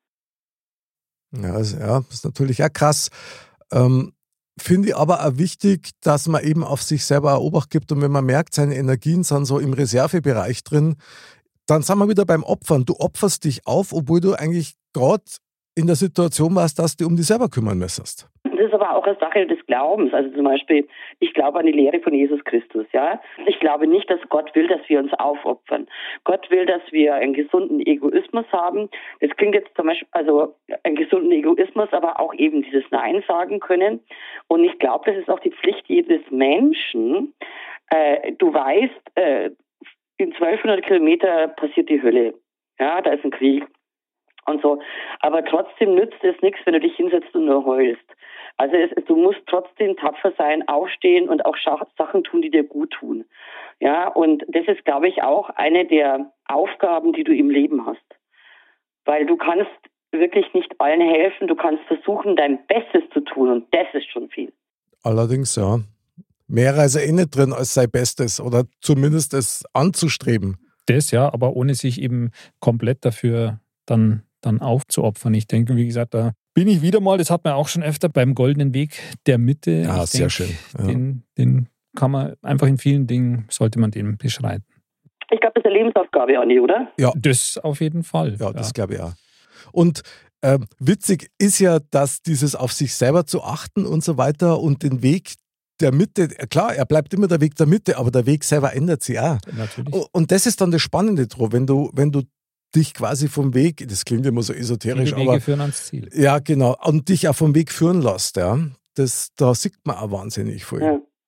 Ja, also, ja, das ist natürlich auch krass. Ähm Finde ich aber auch wichtig, dass man eben auf sich selber auch Obacht gibt und wenn man merkt, seine Energien sind so im Reservebereich drin, dann sind wir wieder beim Opfern. Du opferst dich auf, obwohl du eigentlich gerade in der Situation warst, dass du dich um dich selber kümmern müsstest. Das ist aber auch eine Sache des Glaubens. Also zum Beispiel, ich glaube an die Lehre von Jesus Christus. Ja, ich glaube nicht, dass Gott will, dass wir uns aufopfern. Gott will, dass wir einen gesunden Egoismus haben. Das klingt jetzt zum Beispiel, also einen gesunden Egoismus, aber auch eben dieses Nein sagen können. Und ich glaube, das ist auch die Pflicht jedes Menschen. Äh, du weißt, äh, in zwölfhundert Kilometer passiert die Hölle. Ja, da ist ein Krieg. Und so. Aber trotzdem nützt es nichts, wenn du dich hinsetzt und nur heulst. Also es, du musst trotzdem tapfer sein, aufstehen und auch Sachen tun, die dir gut tun. Ja, und das ist, glaube ich, auch eine der Aufgaben, die du im Leben hast. Weil du kannst wirklich nicht allen helfen, du kannst versuchen, dein Bestes zu tun und das ist schon viel. Allerdings, ja. Mehr ist ja eh nicht drin als sein Bestes oder zumindest es anzustreben. Das ja, aber ohne sich eben komplett dafür dann dann aufzuopfern. Ich denke, wie gesagt, da bin ich wieder mal, das hat man auch schon öfter beim goldenen Weg der Mitte. Ja, ich sehr denke, schön. Ja. Den, den kann man einfach in vielen Dingen, sollte man den beschreiten. Ich glaube, das ist eine Lebensaufgabe, Andi, oder? Ja. Das auf jeden Fall. Ja, das ja. glaube ich auch. Und äh, witzig ist ja, dass dieses auf sich selber zu achten und so weiter und den Weg der Mitte, klar, er bleibt immer der Weg der Mitte, aber der Weg selber ändert sich auch. Natürlich. Und das ist dann das Spannende dran, wenn du, wenn du dich quasi vom Weg, das klingt immer so esoterisch, Viele Wege aber führen ans Ziel. Ja, genau, und dich auch vom Weg führen lässt, ja. Das, da sieht man auch wahnsinnig viel. Ja.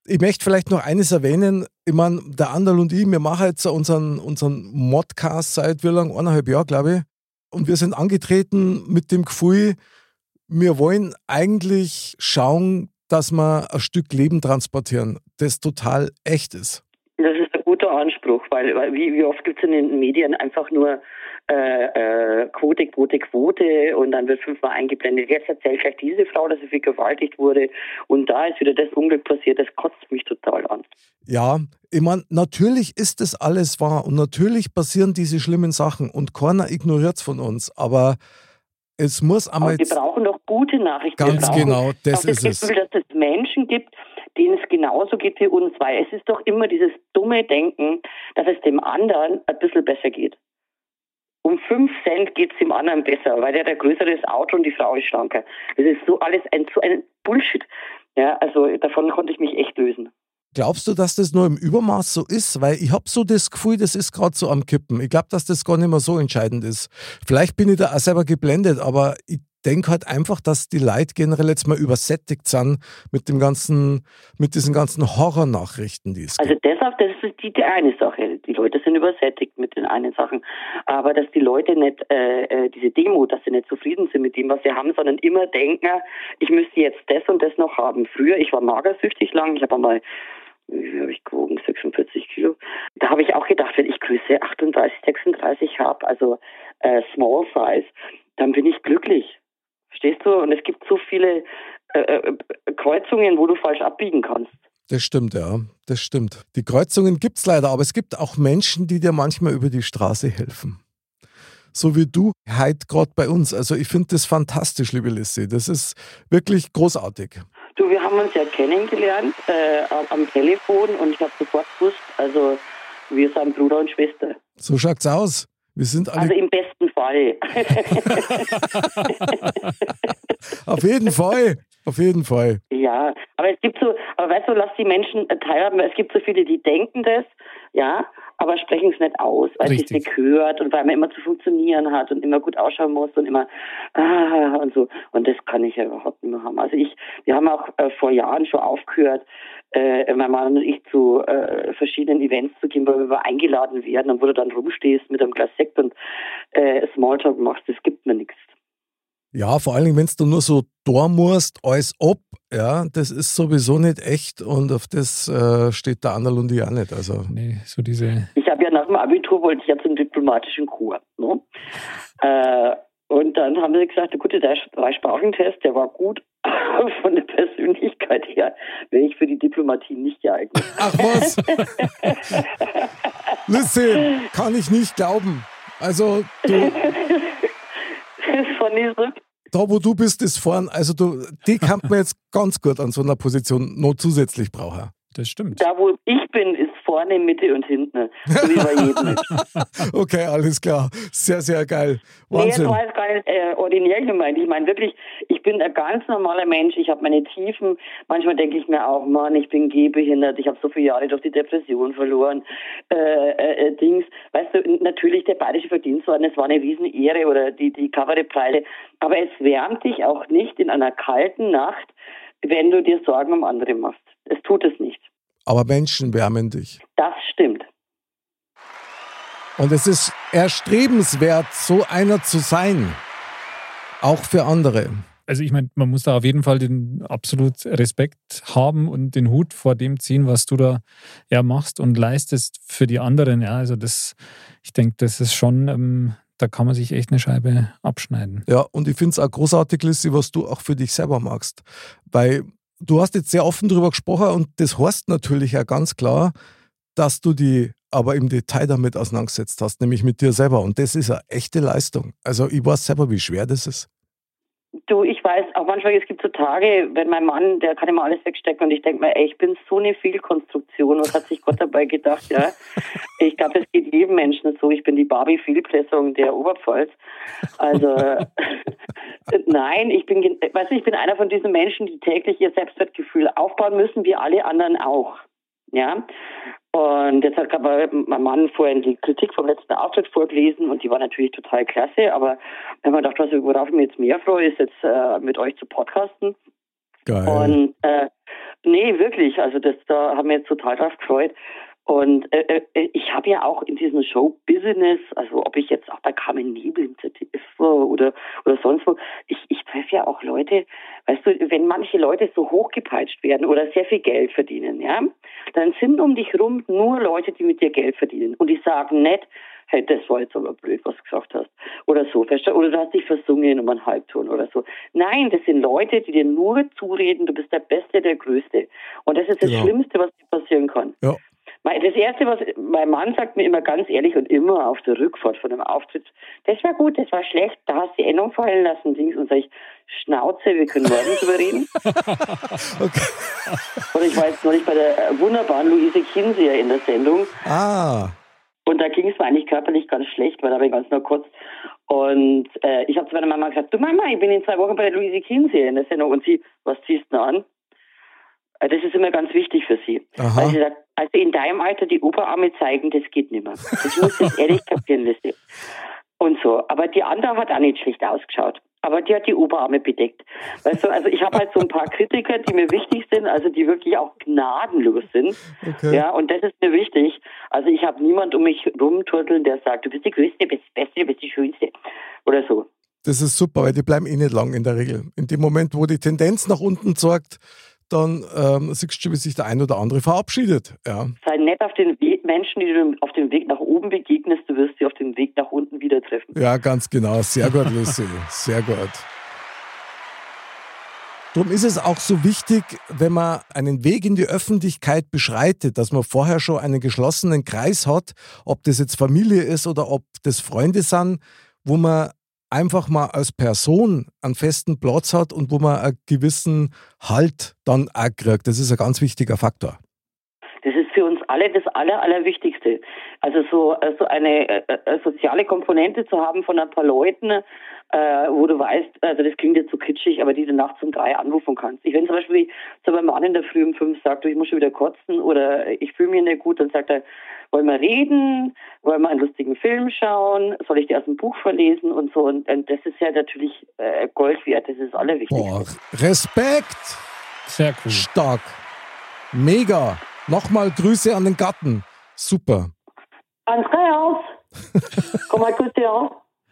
Ich möchte vielleicht noch eines erwähnen. Ich meine, der Anderl und ich, wir machen jetzt unseren, unseren Modcast seit wie lang? Eineinhalb Jahren, glaube ich. Und wir sind angetreten mit dem Gefühl, wir wollen eigentlich schauen, dass wir ein Stück Leben transportieren, das total echt ist. Das ist ein guter Anspruch, weil, weil wie, wie oft gibt es in den Medien einfach nur äh, äh, Quote, Quote, Quote und dann wird fünfmal eingeblendet. Jetzt erzählt gleich diese Frau, dass sie vergewaltigt wurde und da ist wieder das Unglück passiert. Das kotzt mich total an. Ja, ich meine, natürlich ist das alles wahr und natürlich passieren diese schlimmen Sachen und keiner ignoriert es von uns, aber es muss einmal... Aber wir brauchen doch gute Nachrichten. Ganz genau, das ist es. Gefühl, dass es Menschen gibt, denen es genauso geht wie uns, weil es ist doch immer dieses dumme Denken, dass es dem anderen ein bisschen besser geht. Um fünf Cent geht es dem anderen besser, weil der hat ein größeres Auto und die Frau ist schlanker. Das ist so alles ein, so ein Bullshit. Ja, also davon konnte ich mich echt lösen. Glaubst du, dass das nur im Übermaß so ist? Weil ich habe so das Gefühl, das ist gerade so am Kippen. Ich glaube, dass das gar nicht mehr so entscheidend ist. Vielleicht bin ich da auch selber geblendet, aber ich denke halt einfach, dass die Leute generell jetzt mal übersättigt sind mit dem ganzen, mit diesen ganzen Horrornachrichten, die es also gibt. deshalb, das ist die, die eine Sache. Die Leute sind übersättigt mit den einen Sachen. Aber dass die Leute nicht, äh, diese Demo, dass sie nicht zufrieden sind mit dem, was sie haben, sondern immer denken, ich müsste jetzt das und das noch haben. Früher, ich war magersüchtig lang, ich habe einmal, wie habe ich gewogen, sechsundvierzig Kilo. Da habe ich auch gedacht, wenn ich Größe achtunddreißig, sechsunddreißig habe, also äh, Small Size, dann bin ich glücklich. Verstehst du? Und es gibt so viele äh, äh, Kreuzungen, wo du falsch abbiegen kannst. Das stimmt, ja. Das stimmt. Die Kreuzungen gibt es leider, aber es gibt auch Menschen, die dir manchmal über die Straße helfen. So wie du heute gerade bei uns. Also ich finde das fantastisch, liebe Lissi. Das ist wirklich großartig. Du, wir haben uns ja kennengelernt äh, am Telefon und ich habe sofort gewusst, also wir sind Bruder und Schwester. So schaut's aus. Wir sind alle... Also im besten Fall. Auf jeden Fall. Auf jeden Fall. Ja, aber es gibt so, aber weißt du, lass die Menschen teilhaben, es gibt so viele, die denken das, ja, aber sprechen es nicht aus, weil es nicht gehört und weil man immer zu funktionieren hat und immer gut ausschauen muss und immer ah und so. Und das kann ich ja überhaupt nicht mehr haben. Also ich, wir haben auch äh, vor Jahren schon aufgehört, äh, mein Mann und ich zu äh, verschiedenen Events zu gehen, weil wir eingeladen werden und wo du dann rumstehst mit einem Glas Sekt und äh, Smalltalk machst, das gibt mir nichts. Ja, vor allem, wenn du nur so da musst, alles ab, ja, das ist sowieso nicht echt und auf das äh, steht der Anderl und ich auch nicht. Also. Nee, so diese... Ich habe ja nach dem Abitur, wollte ich ja zum diplomatischen Chor. Ne? äh, und dann haben sie gesagt, gut, der Drei-Sprachen-Test, der war gut, aber von der Persönlichkeit her wäre ich für die Diplomatie nicht geeignet. Ach was? Listen, kann ich nicht glauben. Also, du... Von diesem Da, wo du bist, ist vorn, also du, die kann man jetzt ganz gut an so einer Position noch zusätzlich brauchen. Das stimmt. Da, wo ich bin, ist vorne, Mitte und hinten. So wie bei jedem Menschen. Okay, alles klar. Sehr, sehr geil. Wahnsinn. Nee, das war jetzt gar nicht äh, ordinär gemeint. Ich meine wirklich, ich bin ein ganz normaler Mensch. Ich habe meine Tiefen. Manchmal denke ich mir auch, Mann, ich bin gehbehindert. Ich habe so viele Jahre durch die Depression verloren. Äh, äh, Dings. Weißt du, natürlich der Bayerische Verdienstorden, es war eine Riesenehre oder die, die Kabarettpreise. Aber es wärmt dich auch nicht in einer kalten Nacht, wenn du dir Sorgen um andere machst. Es tut es nicht. Aber Menschen wärmen dich. Das stimmt. Und es ist erstrebenswert, so einer zu sein. Auch für andere. Also ich meine, man muss da auf jeden Fall den absolut Respekt haben und den Hut vor dem ziehen, was du da ja machst und leistest für die anderen. Ja, also das, ich denke, das ist schon, ähm, da kann man sich echt eine Scheibe abschneiden. Ja, und ich finde es auch großartig, Lissi, was du auch für dich selber magst. Weil du hast jetzt sehr offen darüber gesprochen und das heißt natürlich ja ganz klar, dass du die aber im Detail damit auseinandergesetzt hast, nämlich mit dir selber. Und das ist eine echte Leistung. Also ich weiß selber, wie schwer das ist. Du, ich weiß, auch manchmal, es gibt so Tage, wenn mein Mann, der kann immer alles wegstecken und ich denke mir, ey, ich bin so eine Fehlkonstruktion, was hat sich Gott dabei gedacht, ja? Ich glaube, das geht jedem Menschen so, ich bin die Barbie-Fehlpressung der Oberpfalz. Also, nein, ich bin, weißt du, ich bin einer von diesen Menschen, die täglich ihr Selbstwertgefühl aufbauen müssen, wie alle anderen auch, ja? Und jetzt hat aber mein Mann vorhin die Kritik vom letzten Auftritt vorgelesen und die war natürlich total klasse, aber wenn man dachte, worauf ich mich jetzt mehr freue, ist jetzt äh, mit euch zu podcasten. Geil. Und äh, Nee, wirklich. Also das, da haben wir jetzt total drauf gefreut. Und äh, äh, ich habe ja auch in diesem Show-Business, also ob ich jetzt auch bei Carmen Nebel im Z D F war oder, oder sonst wo, ich, ich treffe ja auch Leute, weißt du, wenn manche Leute so hochgepeitscht werden oder sehr viel Geld verdienen, ja, dann sind um dich rum nur Leute, die mit dir Geld verdienen. Und die sagen nicht, hey, das war jetzt aber blöd, was du gesagt hast. Oder so, verstehst du? Oder du hast dich versungen um einen Halbton oder so. Nein, das sind Leute, die dir nur zureden, du bist der Beste, der Größte. Und das ist das Genau. Schlimmste, was dir passieren kann. Ja. Das Erste, was mein Mann sagt mir immer ganz ehrlich und immer auf der Rückfahrt von einem Auftritt, das war gut, das war schlecht, da hast du die Endung fallen lassen, Dings. Und sag ich, Schnauze, wir können morgen drüber reden. Okay. Und ich war jetzt neulich bei der wunderbaren Luise Kinseher in der Sendung. Ah, Und da ging es mir eigentlich körperlich ganz schlecht, weil da habe ich ganz nur kurz. Und äh, ich habe zu meiner Mama gesagt, du Mama, ich bin in zwei Wochen bei der Luise Kinseher in der Sendung. Und sie, was ziehst du denn an? Das ist immer ganz wichtig für sie. Aha. Weil sie sagt, also in deinem Alter die Oberarme zeigen, das geht nicht mehr. Das muss ich ehrlich kapieren, Liste. Und so. Aber die andere hat auch nicht schlecht ausgeschaut. Aber die hat die Oberarme bedeckt. Weißt du, also ich habe halt so ein paar Kritiker, die mir wichtig sind, also die wirklich auch gnadenlos sind. okay. Ja, und das ist mir wichtig. Also ich habe niemand um mich rumturteln, der sagt, du bist die Größte, du bist die Beste, du bist die Schönste. Oder so. Das ist super, weil die bleiben eh nicht lang in der Regel. In dem Moment, wo die Tendenz nach unten zeigt, dann ähm, siehst du, wie sich der ein oder andere verabschiedet. Ja. Sei nett auf den We- Menschen, die du auf dem Weg nach oben begegnest, du wirst sie auf dem Weg nach unten wieder treffen. ja, ganz genau. Sehr gut, Lucy. Sehr gut. Darum ist es auch so wichtig, wenn man einen Weg in die Öffentlichkeit beschreitet, dass man vorher schon einen geschlossenen Kreis hat, ob das jetzt Familie ist oder ob das Freunde sind, wo man einfach mal als Person einen festen Platz hat und wo man einen gewissen Halt dann auch kriegt. Das ist ein ganz wichtiger Faktor. Das ist für uns alle das Aller, Allerwichtigste. Also so, so eine äh, soziale Komponente zu haben von ein paar Leuten, äh, wo du weißt, also das klingt jetzt so kitschig, aber die du nachts um drei anrufen kannst. Ich, wenn zum Beispiel so mein Mann in der Früh um fünf sagt, du, ich muss schon wieder kotzen oder ich fühle mich nicht gut, dann sagt er, wollen wir reden, wollen wir einen lustigen Film schauen, soll ich dir aus dem Buch verlesen und so. Und, und das ist ja natürlich äh, Gold wert, das ist das Allerwichtigste. Boah, Respekt! Sehr cool. Stark! Mega! Nochmal Grüße an den Gatten. Super. Andreas, komm mal kurz her.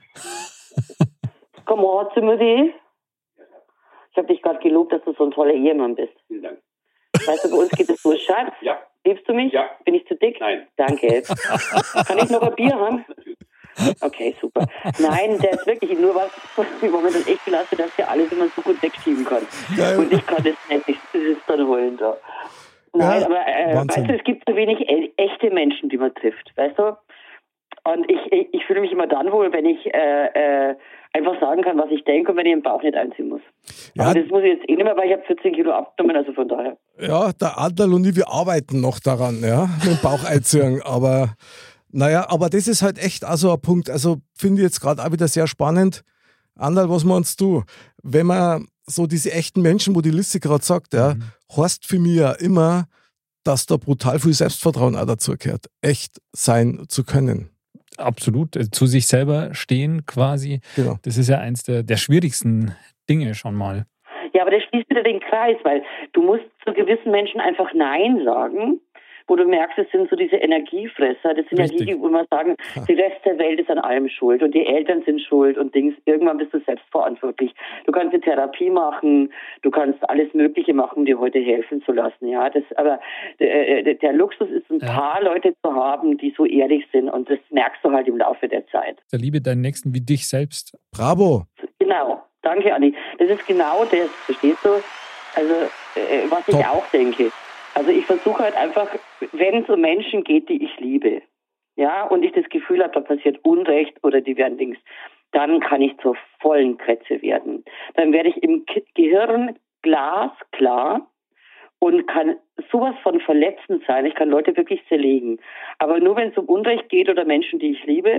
Komm mal zu mir. Ich habe dich gerade gelobt, dass du so ein toller Ehemann bist. Vielen Dank. Weißt du, bei uns geht es so, Schatz. Ja. Liebst du mich? Ja. Bin ich zu dick? Nein. Danke. Kann ich noch ein Bier haben? Okay, super. Nein, der ist wirklich nur was, im Moment ist echt gelassen, dass der alles immer so gut wegschieben kann. Geil. Und ich kann das nicht, ich sitze dann heulen da. Nein, Ja, aber äh, Wahnsinn. weißt du, es gibt so wenig e- echte Menschen, die man trifft, weißt du? Und ich, ich, ich fühle mich immer dann wohl, wenn ich äh, äh, einfach sagen kann, was ich denke und wenn ich den Bauch nicht einziehen muss. Ja. Aber das muss ich jetzt eh nicht mehr, weil ich habe vierzehn Kilo abgenommen, also von daher. Ja, der Adler und ich, wir arbeiten noch daran, ja, mit dem Bauch einziehen. Aber naja, aber das ist halt echt also ein Punkt. Also finde ich jetzt gerade auch wieder sehr spannend. Anderl, was meinst du? Wenn man so diese echten Menschen, wo die Liste gerade sagt, ja, Mhm. heißt für mich ja immer, dass da brutal viel Selbstvertrauen auch dazu gehört, echt sein zu können. Absolut. Äh, Zu sich selber stehen quasi. Genau. Das ist ja eins der, der schwierigsten Dinge schon mal. Ja, aber das schließt wieder den Kreis, weil du musst zu gewissen Menschen einfach Nein sagen, wo du merkst, es sind so diese Energiefresser. Das sind Richtig. ja die, die immer sagen, der Rest der Welt ist an allem schuld und die Eltern sind schuld und Dings. Irgendwann bist du selbst verantwortlich. Du kannst eine Therapie machen, du kannst alles Mögliche machen, um dir heute helfen zu lassen. Ja, das, aber der, der Luxus ist, ein Ja. paar Leute zu haben, die so ehrlich sind und das merkst du halt im Laufe der Zeit. Der Liebe deinen Nächsten wie dich selbst. Bravo. Genau, danke Anni. Das ist genau das, verstehst du? Also, äh, was ich Top. auch denke. Also ich versuche halt einfach, wenn es um Menschen geht, die ich liebe, ja, und ich das Gefühl habe, da passiert Unrecht oder die werden Dings, dann kann ich zur vollen Kretze werden. Dann werde ich im K- Gehirn glasklar und kann sowas von verletzend sein. Ich kann Leute wirklich zerlegen. Aber nur wenn es um Unrecht geht oder Menschen, die ich liebe.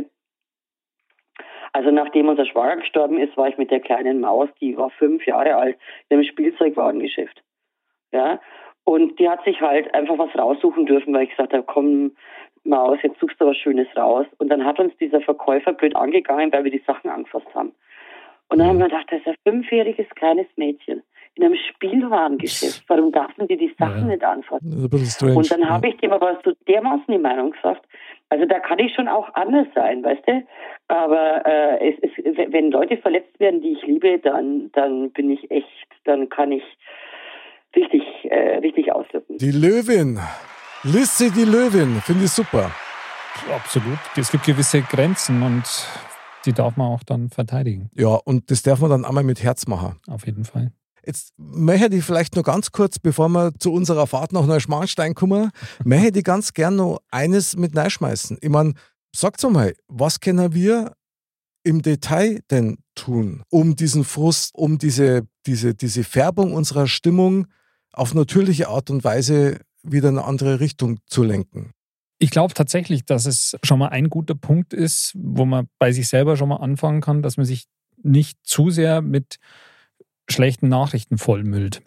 Also nachdem unser Schwager gestorben ist, war ich mit der kleinen Maus, die war fünf Jahre alt, in einem Spielzeugwarengeschäft. Ja, und die hat sich halt einfach was raussuchen dürfen, weil ich gesagt habe, komm Maus, jetzt suchst du was Schönes raus. Und dann hat uns dieser Verkäufer blöd angegangen, weil wir die Sachen angefasst haben. Und dann haben wir gedacht, das ist ein fünfjähriges kleines Mädchen. in einem Spielwarengeschäft. Warum dürfen die die Sachen Ja. nicht anfassen? Das ist ein bisschen strange. Und dann ja. habe ich dem aber so dermaßen die Meinung gesagt, also da kann ich schon auch anders sein, weißt du? Aber äh, es, es, wenn Leute verletzt werden, die ich liebe, dann, dann bin ich echt, dann kann ich richtig, äh, richtig ausdrücken. Die Löwin. Lissy die Löwin. Finde ich super. Absolut. Es gibt gewisse Grenzen und die darf man auch dann verteidigen. Ja, und das darf man dann einmal mit Herz machen. Auf jeden Fall. Jetzt möchte ich vielleicht noch ganz kurz, bevor wir zu unserer Fahrt nach Neuschmarnstein kommen, möchte ich ganz gern noch eines mit reinschmeißen. Ich meine, sagt mal, was können wir im Detail denn tun, um diesen Frust, um diese, diese, diese Färbung unserer Stimmung auf natürliche Art und Weise wieder in eine andere Richtung zu lenken? Ich glaube tatsächlich, dass es schon mal ein guter Punkt ist, wo man bei sich selber schon mal anfangen kann, dass man sich nicht zu sehr mit schlechten Nachrichten vollmüllt.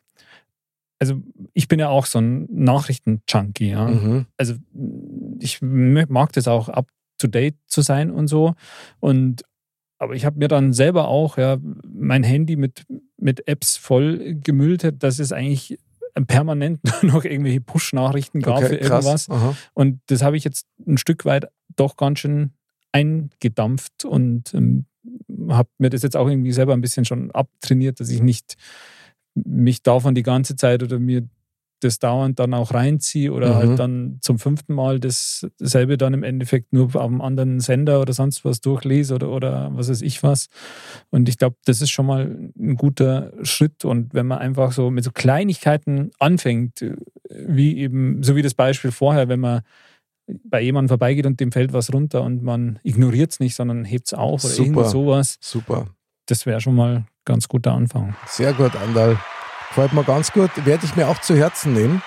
Also ich bin ja auch so ein Nachrichten-Junkie. Ja? Mhm. Also ich mag das auch, up-to-date zu sein und so. Und aber ich habe mir dann selber auch ja, mein Handy mit, mit Apps voll gemüllt, dass es eigentlich permanent nur noch irgendwelche Push-Nachrichten gab Okay, für krass. irgendwas. Aha. Und das habe ich jetzt ein Stück weit doch ganz schön eingedampft und ähm, habe mir das jetzt auch irgendwie selber ein bisschen schon abtrainiert, dass ich nicht mich davon die ganze Zeit oder mir das dauernd dann auch reinziehe oder Mhm. halt dann zum fünften Mal dasselbe dann im Endeffekt nur auf einem anderen Sender oder sonst was durchlese oder, oder was weiß ich was. Und ich glaube, das ist schon mal ein guter Schritt. Und wenn man einfach so mit so Kleinigkeiten anfängt, wie eben, so wie das Beispiel vorher, wenn man bei jemandem vorbeigeht und dem fällt was runter und man ignoriert es nicht, sondern hebt es auf oder Super. irgend sowas, Super. das wäre schon mal ein ganz guter Anfang. Sehr gut, Andal. Gefällt mir ganz gut. Werde ich mir auch zu Herzen nehmen.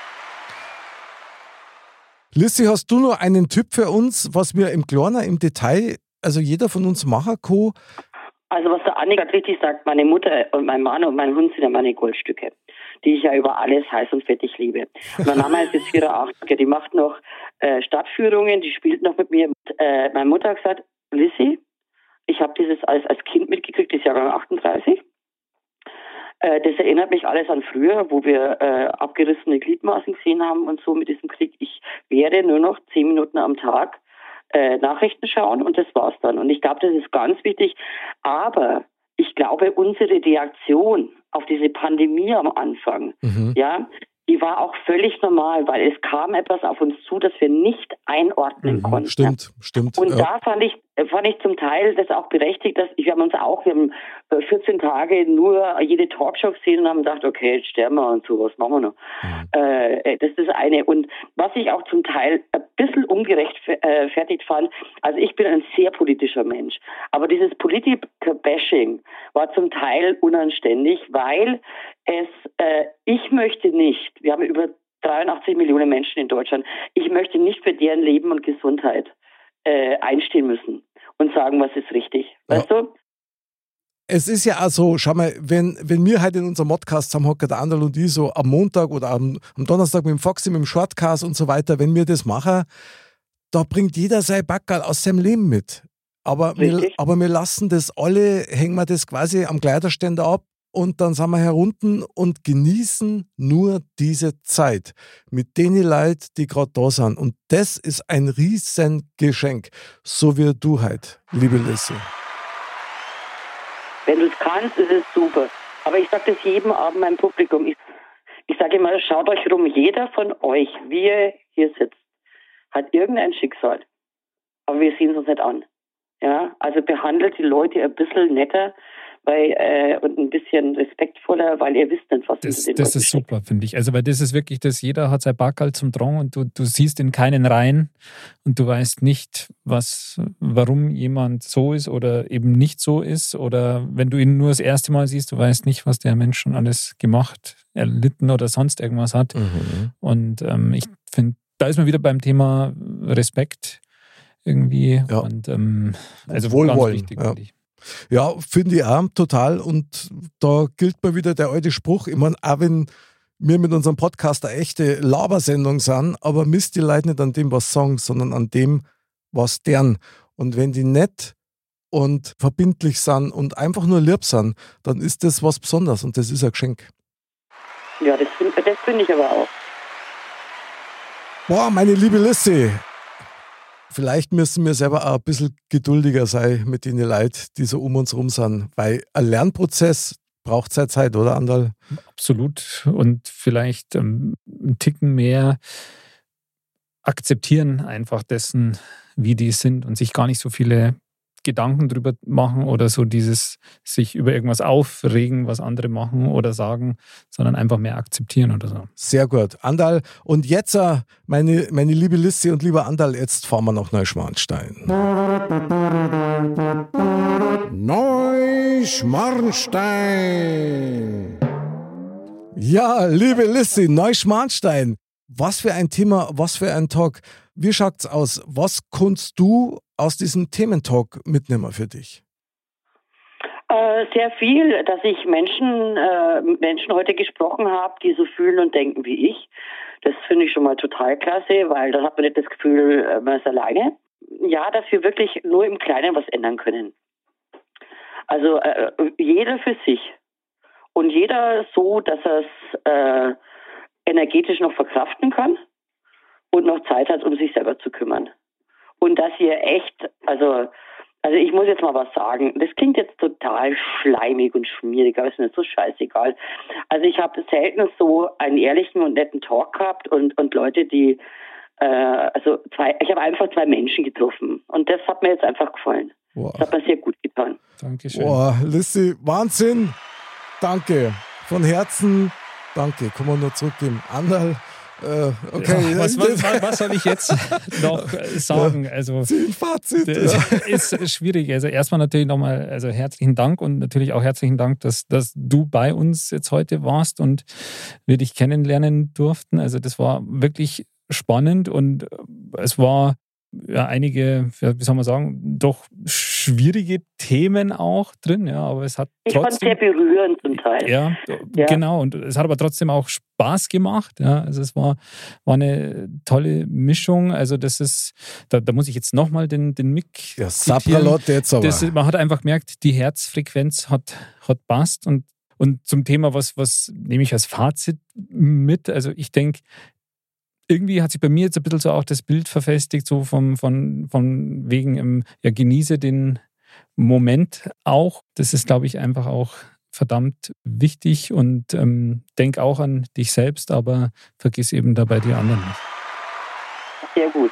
Lissy, hast du noch einen Tipp für uns, was wir im Kleinen, im Detail, also jeder von uns machen kann? Also was der Anni gerade richtig sagt, meine Mutter und mein Mann und mein Hund sind ja meine Goldstücke, die ich ja über alles heiß und fettig liebe. Und meine Mama ist jetzt vierundachtzig, die macht noch äh, Stadtführungen, die spielt noch mit mir. Äh, meine Mutter hat gesagt, Lissy, ich habe dieses alles als Kind mitgekriegt, das Jahrgang achtunddreißig. Äh, das erinnert mich alles an früher, wo wir äh, abgerissene Gliedmaßen gesehen haben und so mit diesem Krieg. Ich werde nur noch zehn Minuten am Tag äh, Nachrichten schauen und das war's dann. Und ich glaube, das ist ganz wichtig. Aber ich glaube, unsere Reaktion auf diese Pandemie am Anfang, Mhm. ja, die war auch völlig normal, weil es kam etwas auf uns zu, das wir nicht einordnen Mhm. konnten. Stimmt, stimmt. Und ja. da fand ich, fand ich zum Teil das auch berechtigt, dass wir haben uns auch, wir haben vierzehn Tage nur jede Talkshow gesehen und haben gedacht, okay, jetzt sterben wir und so, was machen wir noch? Mhm. Äh, das ist das eine. Und was ich auch zum Teil ein bisschen ungerechtfertigt fand, also ich bin ein sehr politischer Mensch, aber dieses Politiker-Bashing war zum Teil unanständig, weil es, äh, ich möchte nicht, wir haben über dreiundachtzig Millionen Menschen in Deutschland, ich möchte nicht für deren Leben und Gesundheit äh, einstehen müssen und sagen, was ist richtig. Weißt du? Es ist ja auch so, schau mal, wenn, wenn wir heute in unserem Modcast zusammenhocken, der Anderl und ich, so am Montag oder am, am Donnerstag mit dem Foxy, mit dem Shortcast und so weiter, wenn wir das machen, da bringt jeder sein Backerl aus seinem Leben mit. Aber wir, Richtig. aber wir lassen das alle, hängen wir das quasi am Kleiderständer ab und dann sind wir herunten und genießen nur diese Zeit mit denen Leuten, die gerade da sind. Und das ist ein riesen Geschenk, so wie du heute, liebe Lissy. Wenn du es kannst, ist es super. Aber ich sage das jedem Abend meinem Publikum. Ich, ich sage immer, schaut euch rum, jeder von euch, wie ihr hier sitzt, hat irgendein Schicksal. Aber wir sehen es uns nicht an. Ja, also behandelt die Leute ein bisschen netter weil, äh, und ein bisschen respektvoller, weil ihr wisst nicht, was Das, hinter den das Leuten ist steckt. super, finde ich. Also, weil das ist wirklich das, jeder hat sein Backerl zum Drang und du, du siehst in keinen rein und du weißt nicht, was, warum jemand so ist oder eben nicht so ist. Oder wenn du ihn nur das erste Mal siehst, du weißt nicht, was der Mensch schon alles gemacht, erlitten oder sonst irgendwas hat. Mhm. Und ähm, ich finde, da ist man wieder beim Thema Respekt irgendwie. Ja. Und ähm, also Wohlwollen, ganz wichtig, ja. finde ich. Ja, finde ich auch total. Und da gilt mal wieder der alte Spruch. Ich meine, auch wenn wir mit unserem Podcast eine echte Labersendung sind, aber misst die Leute nicht an dem, was sie sagen, sondern an dem, was deren. Und wenn die nett und verbindlich sind und einfach nur lieb sind, dann ist das was Besonderes und das ist ein Geschenk. Ja, das finde das find ich aber auch. Boah, meine liebe Lissy, vielleicht müssen wir selber auch ein bisschen geduldiger sein mit den Leuten, die so um uns rum sind, weil ein Lernprozess braucht seine Zeit, oder Andal? Absolut. Und vielleicht ähm, einen Ticken mehr akzeptieren einfach dessen, wie die sind und sich gar nicht so viele Gedanken drüber machen oder so dieses sich über irgendwas aufregen, was andere machen oder sagen, sondern einfach mehr akzeptieren oder so. Sehr gut. Andal, und jetzt, äh, meine, meine liebe Lissy und lieber Andal, jetzt fahren wir nach Neuschmarnstein. Neuschmarnstein. Ja, liebe Lissy, Neuschmarnstein. Was für ein Thema, was für ein Talk. Wie schaut's aus? Was kannst du aus diesem Thementalk mitnehmen für dich? Äh, sehr viel, dass ich Menschen, äh, mit Menschen heute gesprochen habe, die so fühlen und denken wie ich. Das finde ich schon mal total klasse, weil dann hat man nicht das Gefühl, man ist alleine. Ja, dass wir wirklich nur im Kleinen was ändern können. Also äh, jeder für sich. Und jeder so, dass er es äh, energetisch noch verkraften kann und noch Zeit hat, um sich selber zu kümmern. Und dass ihr echt, also, also ich muss jetzt mal was sagen, das klingt jetzt total schleimig und schmierig, aber ist mir so scheißegal. Also ich habe selten so einen ehrlichen und netten Talk gehabt und, und Leute, die, äh, also zwei, ich habe einfach zwei Menschen getroffen und das hat mir jetzt einfach gefallen. Wow. Das hat mir sehr gut getan. Dankeschön. Boah, Lissy, Wahnsinn. Danke. Von Herzen. Danke. Kommen wir nur zurückgeben. Andal. Äh, okay. Ja, was, was, was soll ich jetzt noch sagen? Also, Fazit. Das ist schwierig. Also erstmal natürlich nochmal also herzlichen Dank und natürlich auch herzlichen Dank, dass, dass du bei uns jetzt heute warst und wir dich kennenlernen durften. Also das war wirklich spannend und es war ja einige, wie soll man sagen, doch schwierige Themen auch drin, ja, aber es hat ich trotzdem... fand es sehr berührend zum Teil. Ja, ja, genau, und es hat aber trotzdem auch Spaß gemacht, ja, also es war, war eine tolle Mischung, also das ist, da, da muss ich jetzt nochmal den, den Mick ja, zitieren. Jetzt aber. Das, man hat einfach gemerkt, die Herzfrequenz hat, hat passt und, und zum Thema, was, was nehme ich als Fazit mit, also ich denke, irgendwie hat sich bei mir jetzt ein bisschen so auch das Bild verfestigt, so vom, von, von wegen, ähm, ja, genieße den Moment auch. Das ist, glaube ich, einfach auch verdammt wichtig und ähm, denk auch an dich selbst, aber vergiss eben dabei die anderen nicht. Sehr gut.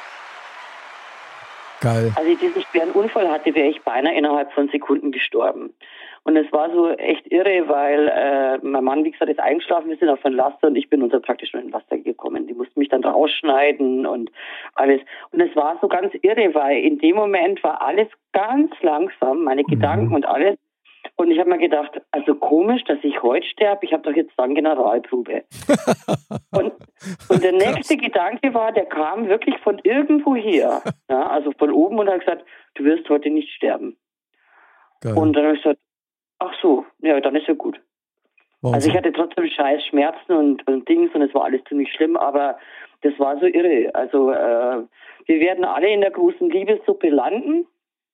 Geil. Als ich diesen schweren Unfall hatte, wäre ich beinahe innerhalb von Sekunden gestorben. Und es war so echt irre, weil äh, mein Mann, wie gesagt, ist eingeschlafen, wir sind auf ein Laster und ich bin unter praktisch nur in ein Laster gekommen. Die mussten mich dann rausschneiden und alles. Und es war so ganz irre, weil in dem Moment war alles ganz langsam, meine mhm. Gedanken und alles. Und ich habe mir gedacht, also komisch, dass ich heute sterbe, ich habe doch jetzt dann Generalprobe. und, und der nächste Krass. Gedanke war, der kam wirklich von irgendwo her, ja, also von oben und hat gesagt, du wirst heute nicht sterben. Geil. Und dann habe ich gesagt, ach so, ja, dann ist ja gut. Wahnsinn. Also ich hatte trotzdem scheiß Schmerzen und, und Dings und es war alles ziemlich schlimm, aber das war so irre. Also äh, wir werden alle in der großen Liebessuppe landen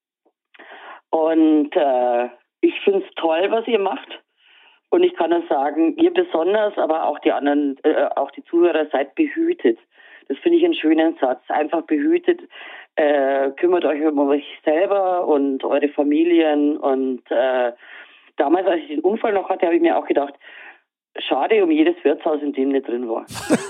und äh, ich finde es toll, was ihr macht. Und ich kann nur sagen, ihr besonders, aber auch die anderen, äh, auch die Zuhörer, seid behütet. Das finde ich einen schönen Satz. Einfach behütet. Äh, kümmert euch um euch selber und eure Familien. Und äh, damals, als ich den Unfall noch hatte, habe ich mir auch gedacht, schade um jedes Wirtshaus, in dem nicht drin war.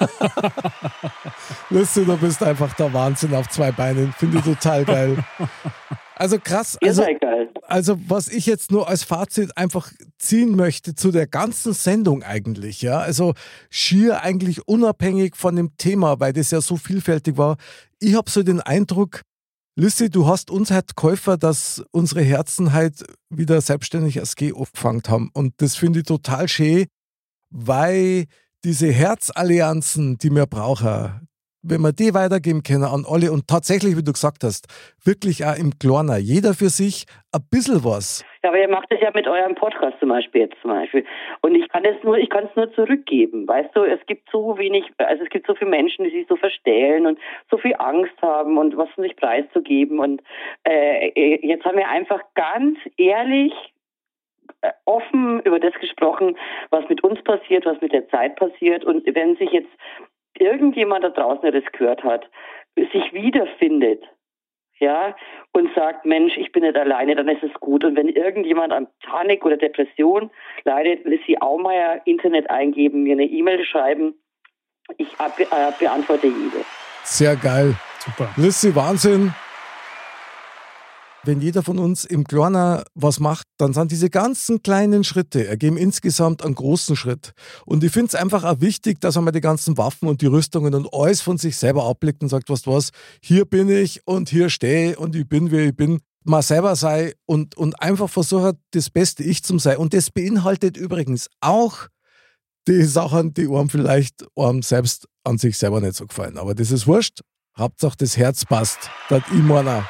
Lissy, du bist einfach der Wahnsinn auf zwei Beinen. Finde ich total geil. Also krass, also, also was ich jetzt nur als Fazit einfach ziehen möchte zu der ganzen Sendung eigentlich, ja, also schier eigentlich unabhängig von dem Thema, weil das ja so vielfältig war. Ich habe so den Eindruck, Lissy, du hast uns halt Käufer, dass unsere Herzen halt wieder selbstständig als G aufgefangen haben und das finde ich total schön, weil diese Herzallianzen, die wir brauchen, wenn wir die weitergeben können an alle und tatsächlich, wie du gesagt hast, wirklich auch im Kleiner, jeder für sich ein bisschen was. Ja, aber ihr macht es ja mit eurem Podcast zum Beispiel jetzt zum Beispiel. Und ich kann es nur, ich kann es nur zurückgeben. Weißt du, es gibt so wenig, also es gibt so viele Menschen, die sich so verstellen und so viel Angst haben und was nicht preiszugeben. Und äh, jetzt haben wir einfach ganz ehrlich offen über das gesprochen, was mit uns passiert, was mit der Zeit passiert. Und wenn sich jetzt irgendjemand da draußen, der das gehört hat, sich wiederfindet, ja, und sagt, Mensch, ich bin nicht alleine, dann ist es gut. Und wenn irgendjemand an Panik oder Depression leidet, Lissy Aumeier, Internet eingeben, mir eine E-Mail schreiben. Ich be- äh, beantworte jede. Sehr geil. Super. Lissy, Wahnsinn. Wenn jeder von uns im Kleinen was macht, dann sind diese ganzen kleinen Schritte, ergeben insgesamt einen großen Schritt. Und ich finde es einfach auch wichtig, dass man die ganzen Waffen und die Rüstungen und alles von sich selber ablegt und sagt, was du was, hier bin ich und hier stehe und ich bin, wie ich bin. Mal selber sei und, und einfach versuchen, das beste Ich zu sein. Und das beinhaltet übrigens auch die Sachen, die einem vielleicht einem selbst an sich selber nicht so gefallen. Aber das ist wurscht. Hauptsache das Herz passt. Das ich meiner.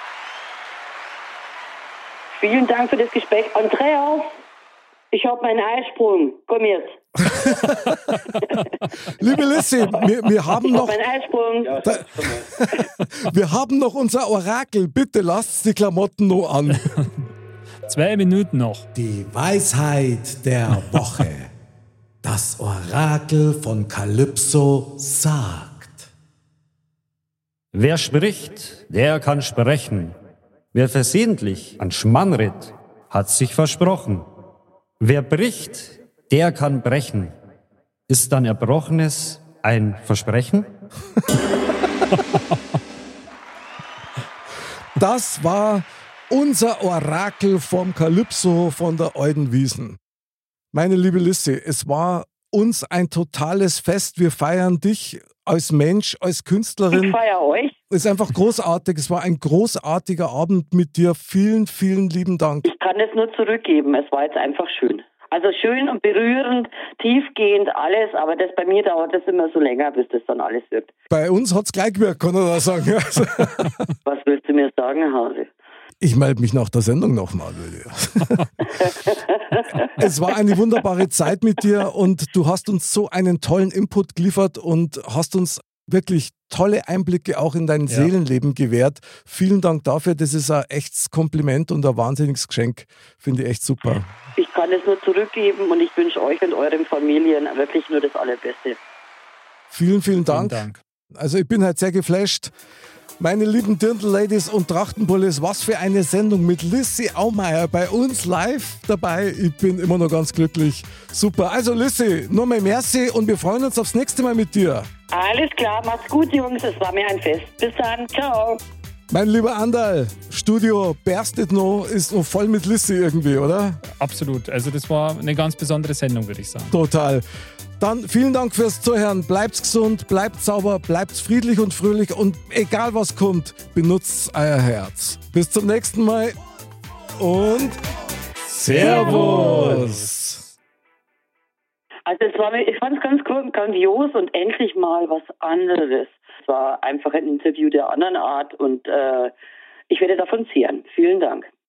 Vielen Dank für das Gespräch. Andreas, ich habe meinen Eisprung. Komm jetzt. Liebe Lissy, wir, wir haben Ich noch... habe meinen Eisprung. Da, wir haben noch unser Orakel. Bitte lasst die Klamotten noch an. Zwei Minuten noch. Die Weisheit der Woche. Das Orakel von Kalypso sagt. Wer spricht, der kann sprechen. Wer versehentlich an Schmann ritt, hat sich versprochen. Wer bricht, der kann brechen. Ist dann Erbrochenes ein Versprechen? Das war unser Orakel vom Kalypso von der Alten Wiesen. Meine liebe Lissy, es war uns ein totales Fest. Wir feiern dich als Mensch, als Künstlerin. Ich feiere euch. Es ist einfach großartig. Es war ein großartiger Abend mit dir. Vielen, vielen lieben Dank. Ich kann es nur zurückgeben. Es war jetzt einfach schön. Also schön und berührend, tiefgehend, alles. Aber das bei mir dauert das immer so länger, bis das dann alles wirkt. Bei uns hat es gleich gewirkt, kann ich da sagen. Was willst du mir sagen, Hase? Ich melde mich nach der Sendung nochmal. Es war eine wunderbare Zeit mit dir und du hast uns so einen tollen Input geliefert und hast uns wirklich tolle Einblicke auch in dein Ja. Seelenleben gewährt. Vielen Dank dafür. Das ist ein echtes Kompliment und ein wahnsinniges Geschenk. Finde ich echt super. Ich kann es nur zurückgeben und ich wünsche euch und euren Familien wirklich nur das Allerbeste. Vielen, vielen Dank. Vielen Dank. Also ich bin halt sehr geflasht. Meine lieben Dirndl-Ladies und Trachtenbullis, was für eine Sendung mit Lissy Aumeier bei uns live dabei. Ich bin immer noch ganz glücklich. Super. Also Lissy, nur mal merci und wir freuen uns aufs nächste Mal mit dir. Alles klar, macht's gut, Jungs. Es war mir ein Fest. Bis dann. Ciao. Mein lieber Andal, Studio berstet noch, ist noch voll mit Lissy irgendwie, oder? Absolut. Also das war eine ganz besondere Sendung, würde ich sagen. Total. Dann vielen Dank fürs Zuhören. Bleibt's gesund, bleibt sauber, bleibt friedlich und fröhlich und egal was kommt, benutzt euer Herz. Bis zum nächsten Mal und Servus. Also es war, ich fand es ganz cool, grandios und endlich mal was anderes. Es war einfach ein Interview der anderen Art und äh, ich werde davon zehren. Vielen Dank.